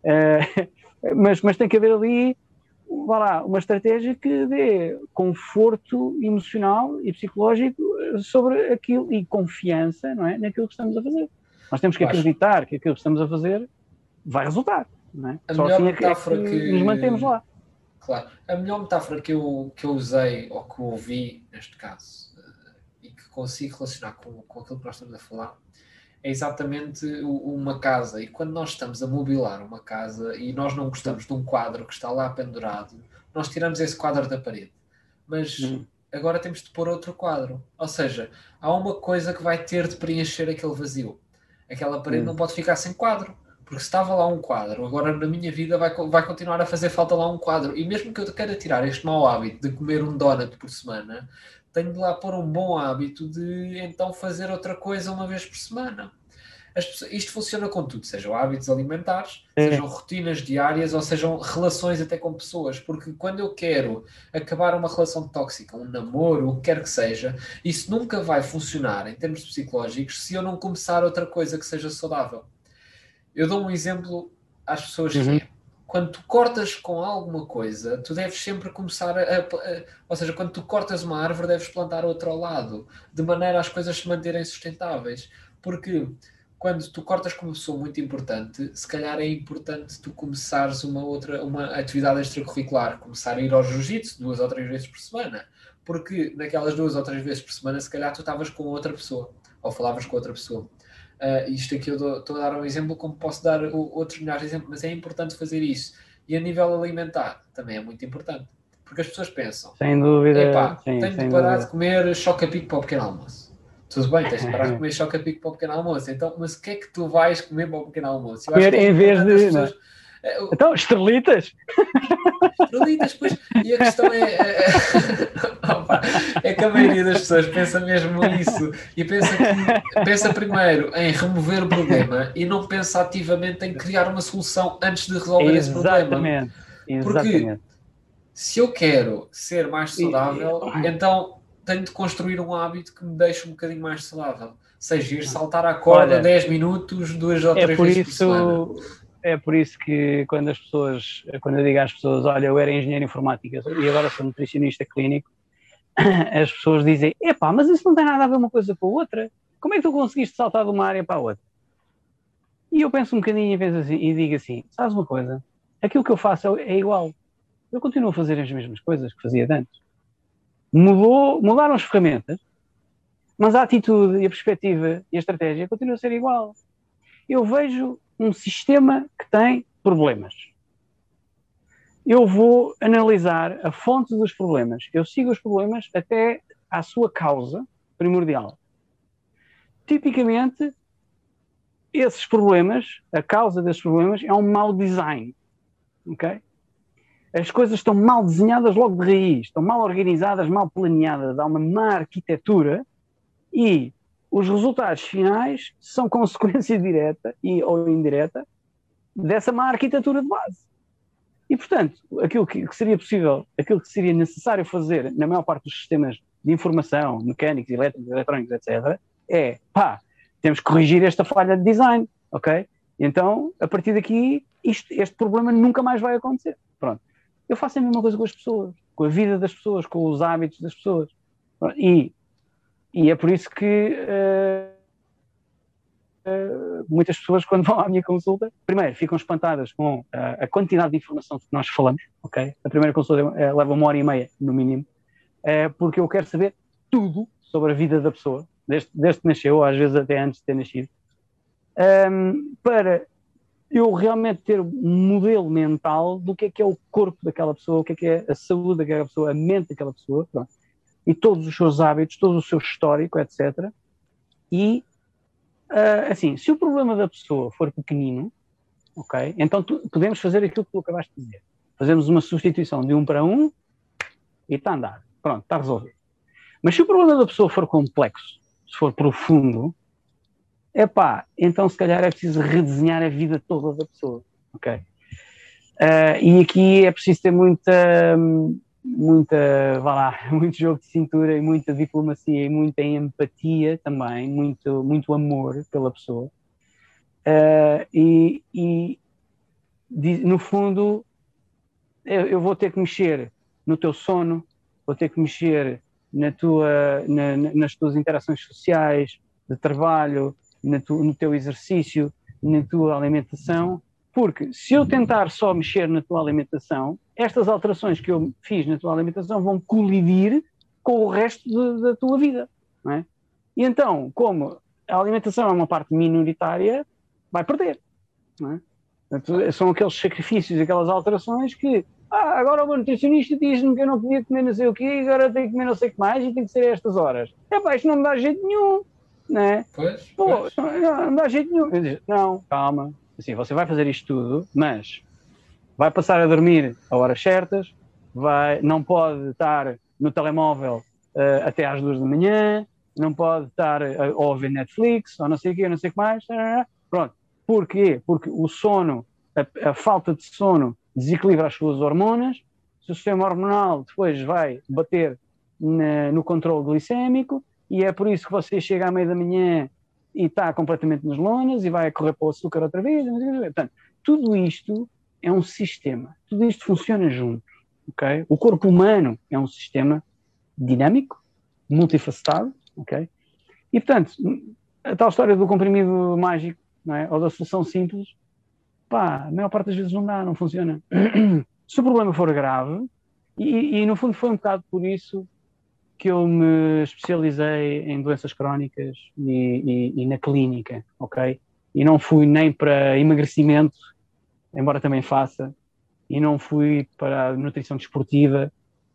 B: Mas tem que haver ali uma estratégia que dê conforto emocional e psicológico sobre aquilo e confiança, não é, naquilo que estamos a fazer. Nós temos que acreditar que aquilo que estamos a fazer vai resultar, não é?
A: Só assim
B: é que nos mantemos lá.
A: Claro. A melhor metáfora que eu usei, ou que ouvi neste caso, e que consigo relacionar com aquilo que nós estamos a falar, é exatamente uma casa. E quando nós estamos a mobilar uma casa e nós não gostamos de um quadro que está lá pendurado, nós tiramos esse quadro da parede. Mas agora temos de pôr outro quadro. Ou seja, há uma coisa que vai ter de preencher aquele vazio. Aquela parede não pode ficar sem quadro. Porque se estava lá um quadro, agora na minha vida vai continuar a fazer falta lá um quadro. E mesmo que eu queira tirar este mau hábito de comer um donut por semana, tenho de lá pôr um bom hábito de então fazer outra coisa uma vez por semana. Isto funciona com tudo, sejam hábitos alimentares, sejam rotinas diárias ou sejam relações até com pessoas, porque quando eu quero acabar uma relação tóxica, um namoro, o que quer que seja, isso nunca vai funcionar em termos psicológicos se eu não começar outra coisa que seja saudável. Eu dou um exemplo às pessoas que é, quando tu cortas com alguma coisa, tu deves sempre começar ou seja, quando tu cortas uma árvore, deves plantar outra ao lado, de maneira às coisas se manterem sustentáveis. Porque quando tu cortas com uma pessoa muito importante, se calhar é importante tu começares uma atividade extracurricular, começar a ir ao jiu-jitsu 2 ou 3 vezes por semana. Porque naquelas 2 ou 3 vezes por semana, se calhar tu estavas com outra pessoa, ou falavas com outra pessoa. Isto aqui eu estou a dar um exemplo, como posso dar outros milhares de exemplos, mas é importante fazer isso. E a nível alimentar também é muito importante, Porque as pessoas pensam,
B: sem dúvida,
A: epá,
B: sim,
A: tenho
B: sem
A: de parar
B: dúvida.
A: de comer choca-pico para o pequeno almoço. Tudo bem, tens de parar de comer choca-pico para o pequeno almoço. Então, mas o que é que tu vais comer para o pequeno almoço? Eu acho
B: Comer
A: que é
B: em vez
A: importante as
B: de...
A: pessoas...
B: Então, estrelitas?
A: Estrelitas, depois, e a questão opa, é que a maioria das pessoas pensa mesmo isso e pensa primeiro em remover o problema e não pensa ativamente em criar uma solução antes de resolver esse problema.
B: Exatamente,
A: Porque
B: exatamente.
A: se eu quero ser mais
B: E-
A: saudável, então tenho de construir um hábito que me deixe um bocadinho mais saudável. Seja ir saltar à corda
B: Olha,
A: 10 minutos, 2 ou
B: é
A: 3
B: por
A: vezes por semana.
B: isso, é por isso que quando eu digo às pessoas, olha, eu era engenheiro informático e agora sou nutricionista clínico, as pessoas dizem, epá, mas isso não tem nada a ver uma coisa com a outra. Como é que tu conseguiste saltar de uma área para a outra? E eu penso um bocadinho e penso assim, e digo assim, sabes uma coisa? Aquilo que eu faço é igual. Eu continuo a fazer as mesmas coisas que fazia antes. Mudaram as ferramentas, mas a atitude e a perspectiva e a estratégia continuam a ser igual. Eu vejo um sistema que tem problemas. Eu vou analisar a fonte dos problemas. Eu sigo os problemas até à sua causa primordial. Tipicamente, esses problemas, a causa desses problemas é um mau design. Ok? As coisas estão mal desenhadas logo de raiz, estão mal organizadas, mal planeadas, há uma má arquitetura e os resultados finais são consequência direta ou indireta dessa má arquitetura de base. E, portanto, aquilo que seria possível, aquilo que seria necessário fazer na maior parte dos sistemas de informação, mecânicos, elétricos, eletrónicos, etc., é, temos que corrigir esta falha de design, ok? Então, a partir daqui, este problema nunca mais vai acontecer. Pronto. Eu faço a mesma coisa com as pessoas, com a vida das pessoas, com os hábitos das pessoas. E é por isso que muitas pessoas, quando vão à minha consulta, primeiro ficam espantadas com a quantidade de informação que nós falamos, ok? A primeira consulta leva 1h30, no mínimo, porque eu quero saber tudo sobre a vida da pessoa, desde que nasceu, às vezes até antes de ter nascido, para eu realmente ter um modelo mental do que é o corpo daquela pessoa, o que é a saúde daquela pessoa, a mente daquela pessoa, pronto, e todos os seus hábitos, todo o seu histórico, etc. E, assim, se o problema da pessoa for pequenino, ok, então podemos fazer aquilo que tu acabaste de dizer. Fazemos uma substituição de 1 para 1 e está a andar. Pronto, está resolvido. Mas se o problema da pessoa for complexo, se for profundo, então se calhar é preciso redesenhar a vida toda da pessoa, ok? E aqui é preciso ter muito jogo de cintura e muita diplomacia e muita empatia também, muito amor pela pessoa. No fundo, eu vou ter que mexer no teu sono, vou ter que mexer nas tuas interações sociais, de trabalho, no teu exercício, na tua alimentação, porque se eu tentar só mexer na tua alimentação, estas alterações que eu fiz na tua alimentação vão colidir com o resto da tua vida, não é? E então, como a alimentação é uma parte minoritária, vai perder, não é? Portanto, são aqueles sacrifícios, aquelas alterações que agora o meu nutricionista diz-me que eu não podia comer não sei o quê, agora tenho que comer não sei o que mais e tem que ser a estas horas. Isto não me dá jeito nenhum, não é?
A: Pois.
B: Não dá jeito nenhum. Eu digo, não, calma, assim, você vai fazer isto tudo, mas vai passar a dormir a horas certas, não pode estar no telemóvel até às 2 da manhã, não pode estar a ouvir Netflix, ou não sei o quê, não sei o que mais. Pronto. Porquê? Porque o sono, a falta de sono desequilibra as suas hormonas, o sistema hormonal depois vai bater no controle glicémico e é por isso que você chega à meia da manhã e está completamente nas lonas e vai correr para o açúcar outra vez. Portanto, tudo isto é um sistema, tudo isto funciona junto, ok? O corpo humano é um sistema dinâmico, multifacetado, ok? E, portanto, a tal história do comprimido mágico, não é? Ou da solução simples, a maior parte das vezes não funciona. Se o problema for grave, e no fundo foi um bocado por isso que eu me especializei em doenças crónicas e na clínica, ok? E não fui nem para emagrecimento, embora também faça, e não fui para a nutrição desportiva,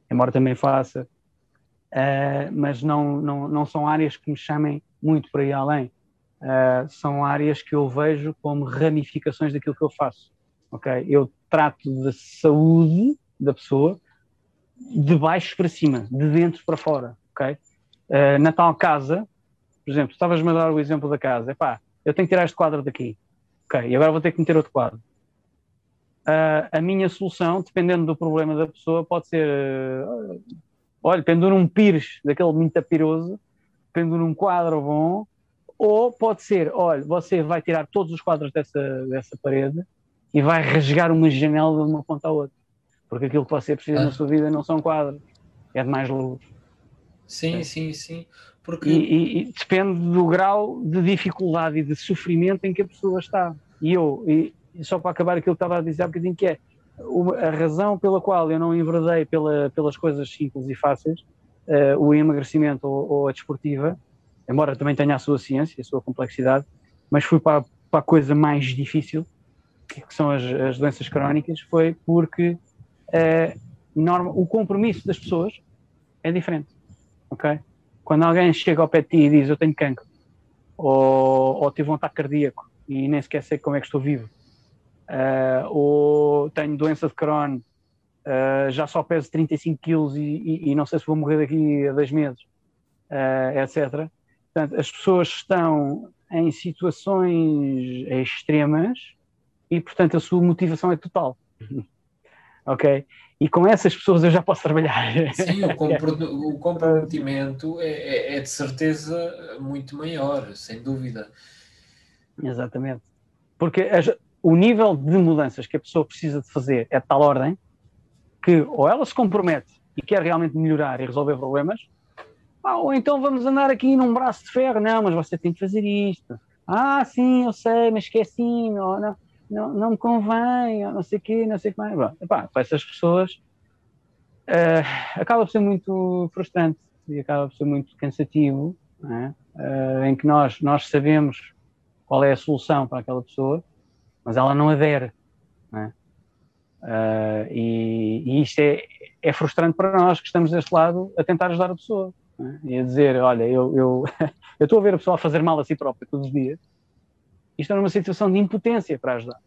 B: embora também faça, mas não são áreas que me chamem muito por aí além. São áreas que eu vejo como ramificações daquilo que eu faço. Okay? Eu trato da saúde da pessoa de baixo para cima, de dentro para fora. Okay? Na tal casa, por exemplo, estavas-me a dar o exemplo da casa. Epá, eu tenho que tirar este quadro daqui. Ok, e agora vou ter que meter outro quadro. A minha solução, dependendo do problema da pessoa, pode ser olha, pendura um pires, daquele muito piroso, pendura um quadro bom, ou pode ser, olha, você vai tirar todos os quadros dessa parede e vai rasgar uma janela de uma ponta à outra. Porque aquilo que você precisa na sua vida não são quadros, é de mais luz.
A: Sim, sim, sim. Porque
B: E depende do grau de dificuldade e de sofrimento em que a pessoa está. E só para acabar aquilo que estava a dizer há bocadinho, que é a razão pela qual eu não enverdei pelas coisas simples e fáceis, o emagrecimento ou a desportiva, embora também tenha a sua ciência, a sua complexidade, mas fui para a coisa mais difícil, que são as doenças crónicas, foi porque o compromisso das pessoas é diferente, ok? Quando alguém chega ao pé de ti e diz eu tenho cancro, ou tive um ataque cardíaco e nem sequer sei como é que estou vivo, ou tenho doença de Crohn, já só peso 35 quilos e não sei se vou morrer daqui a 2 meses, etc. Portanto, as pessoas estão em situações extremas e, portanto, a sua motivação é total. Ok? E com essas pessoas eu já posso trabalhar.
A: sim, o comprometimento é de certeza muito maior, sem dúvida.
B: Exatamente. Porque o nível de mudanças que a pessoa precisa de fazer é de tal ordem que ou ela se compromete e quer realmente melhorar e resolver problemas, ou então vamos andar aqui num braço de ferro. Não, mas você tem que fazer isto. Sim, eu sei, mas esqueci-me. Não me convém, não sei o quê, não sei o que mais. Bom, para essas pessoas acaba por ser muito frustrante e acaba por ser muito cansativo, não é? Em que nós sabemos qual é a solução para aquela pessoa, mas ela não adere. Não é? E isto é frustrante para nós que estamos deste lado a tentar ajudar a pessoa. Não é? E a dizer, olha, eu estou a ver a pessoa a fazer mal a si própria todos os dias e estou numa situação de impotência para ajudar.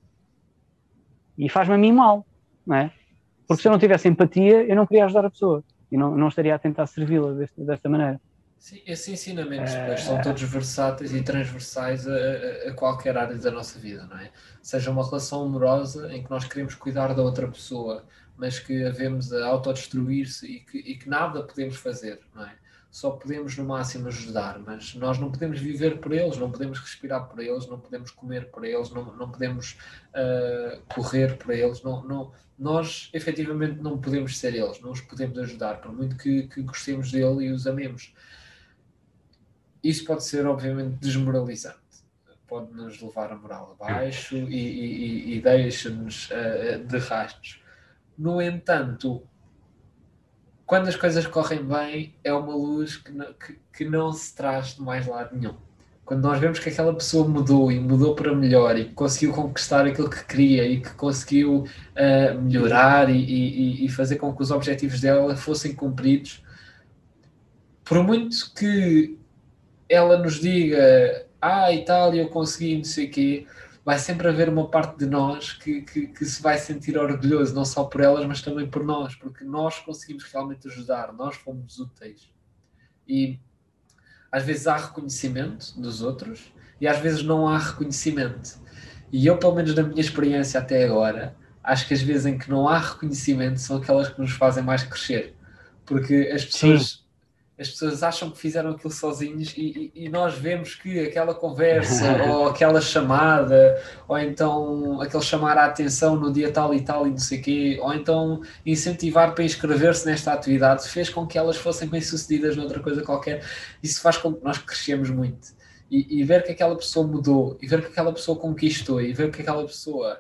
B: E faz-me a mim mal, não é? Porque se eu não tivesse empatia, eu não queria ajudar a pessoa e não estaria a tentar servi-la desta maneira.
A: Sim, esses ensinamentos depois são todos versáteis e transversais a qualquer área da nossa vida, não é? Seja uma relação amorosa em que nós queremos cuidar da outra pessoa, mas que havemos a autodestruir-se e que nada podemos fazer, não é? Só podemos no máximo ajudar, mas nós não podemos viver por eles, não podemos respirar por eles, não podemos comer por eles, não podemos correr por eles, nós efetivamente não podemos ser eles, não os podemos ajudar, por muito que gostemos dele e os amemos. Isso pode ser, obviamente, desmoralizante. Pode nos levar a moral abaixo e deixa-nos de rastros. No entanto, quando as coisas correm bem, é uma luz que não se traz de mais lado nenhum. Quando nós vemos que aquela pessoa mudou e mudou para melhor e que conseguiu conquistar aquilo que queria e que conseguiu melhorar e fazer com que os objetivos dela fossem cumpridos, por muito que ela nos diga e tal, eu consegui, não sei o quê, vai sempre haver uma parte de nós que se vai sentir orgulhoso, não só por elas, mas também por nós, porque nós conseguimos realmente ajudar, nós fomos úteis. E às vezes há reconhecimento dos outros e às vezes não há reconhecimento. E eu, pelo menos na minha experiência até agora, acho que as vezes em que não há reconhecimento são aquelas que nos fazem mais crescer. Porque as pessoas acham que fizeram aquilo sozinhos e nós vemos que aquela conversa ou aquela chamada ou então aquele chamar a atenção no dia tal e tal e não sei o quê, ou então incentivar para inscrever-se nesta atividade fez com que elas fossem bem-sucedidas noutra coisa qualquer. Isso faz com que nós crescemos muito. E ver que aquela pessoa mudou, e ver que aquela pessoa conquistou, e ver que aquela pessoa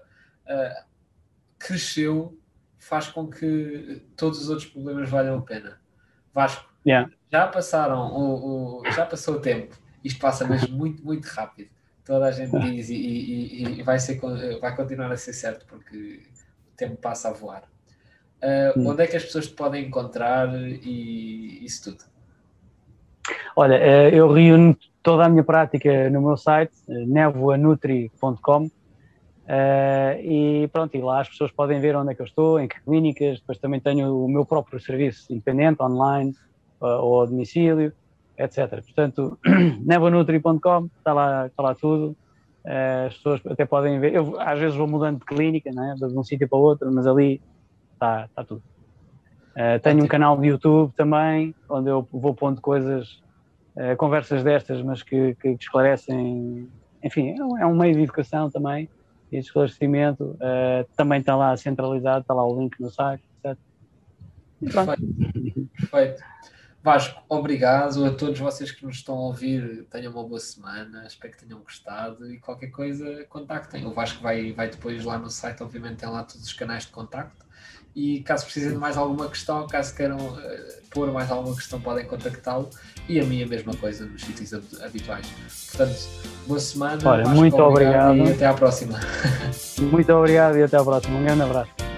A: cresceu, faz com que todos os outros problemas valham a pena. Vasco, já já passou o tempo. Isto passa mesmo muito, muito rápido. Toda a gente diz e vai continuar a ser certo porque o tempo passa a voar. Onde é que as pessoas te podem encontrar e isso tudo?
B: Olha, eu reúno toda a minha prática no meu site, nevoanutri.com, e pronto, e lá as pessoas podem ver onde é que eu estou, em que clínicas. Depois também tenho o meu próprio serviço independente, online, ou a domicílio, etc. Portanto, nevoanutri.com, está lá tudo. As pessoas até podem ver. Eu às vezes vou mudando de clínica, não é? De um sítio para o outro, mas ali está tudo. Tenho um canal de YouTube também, onde eu vou pondo coisas, conversas destas, mas que esclarecem. Enfim, é um meio de educação também e de esclarecimento. Também está lá centralizado, está lá o link no site, etc.
A: Perfeito. Vasco, obrigado a todos vocês que nos estão a ouvir. Tenham uma boa semana, espero que tenham gostado e qualquer coisa contactem. O Vasco vai depois lá no site, obviamente tem lá todos os canais de contacto, e caso precisem de mais alguma questão, caso queiram pôr mais alguma questão, podem contactá-lo, e a mim a mesma coisa nos sítios habituais. Portanto, boa semana.
B: Olha,
A: Vasco,
B: muito obrigado
A: e até à próxima.
B: Muito obrigado e até à próxima. Um grande abraço.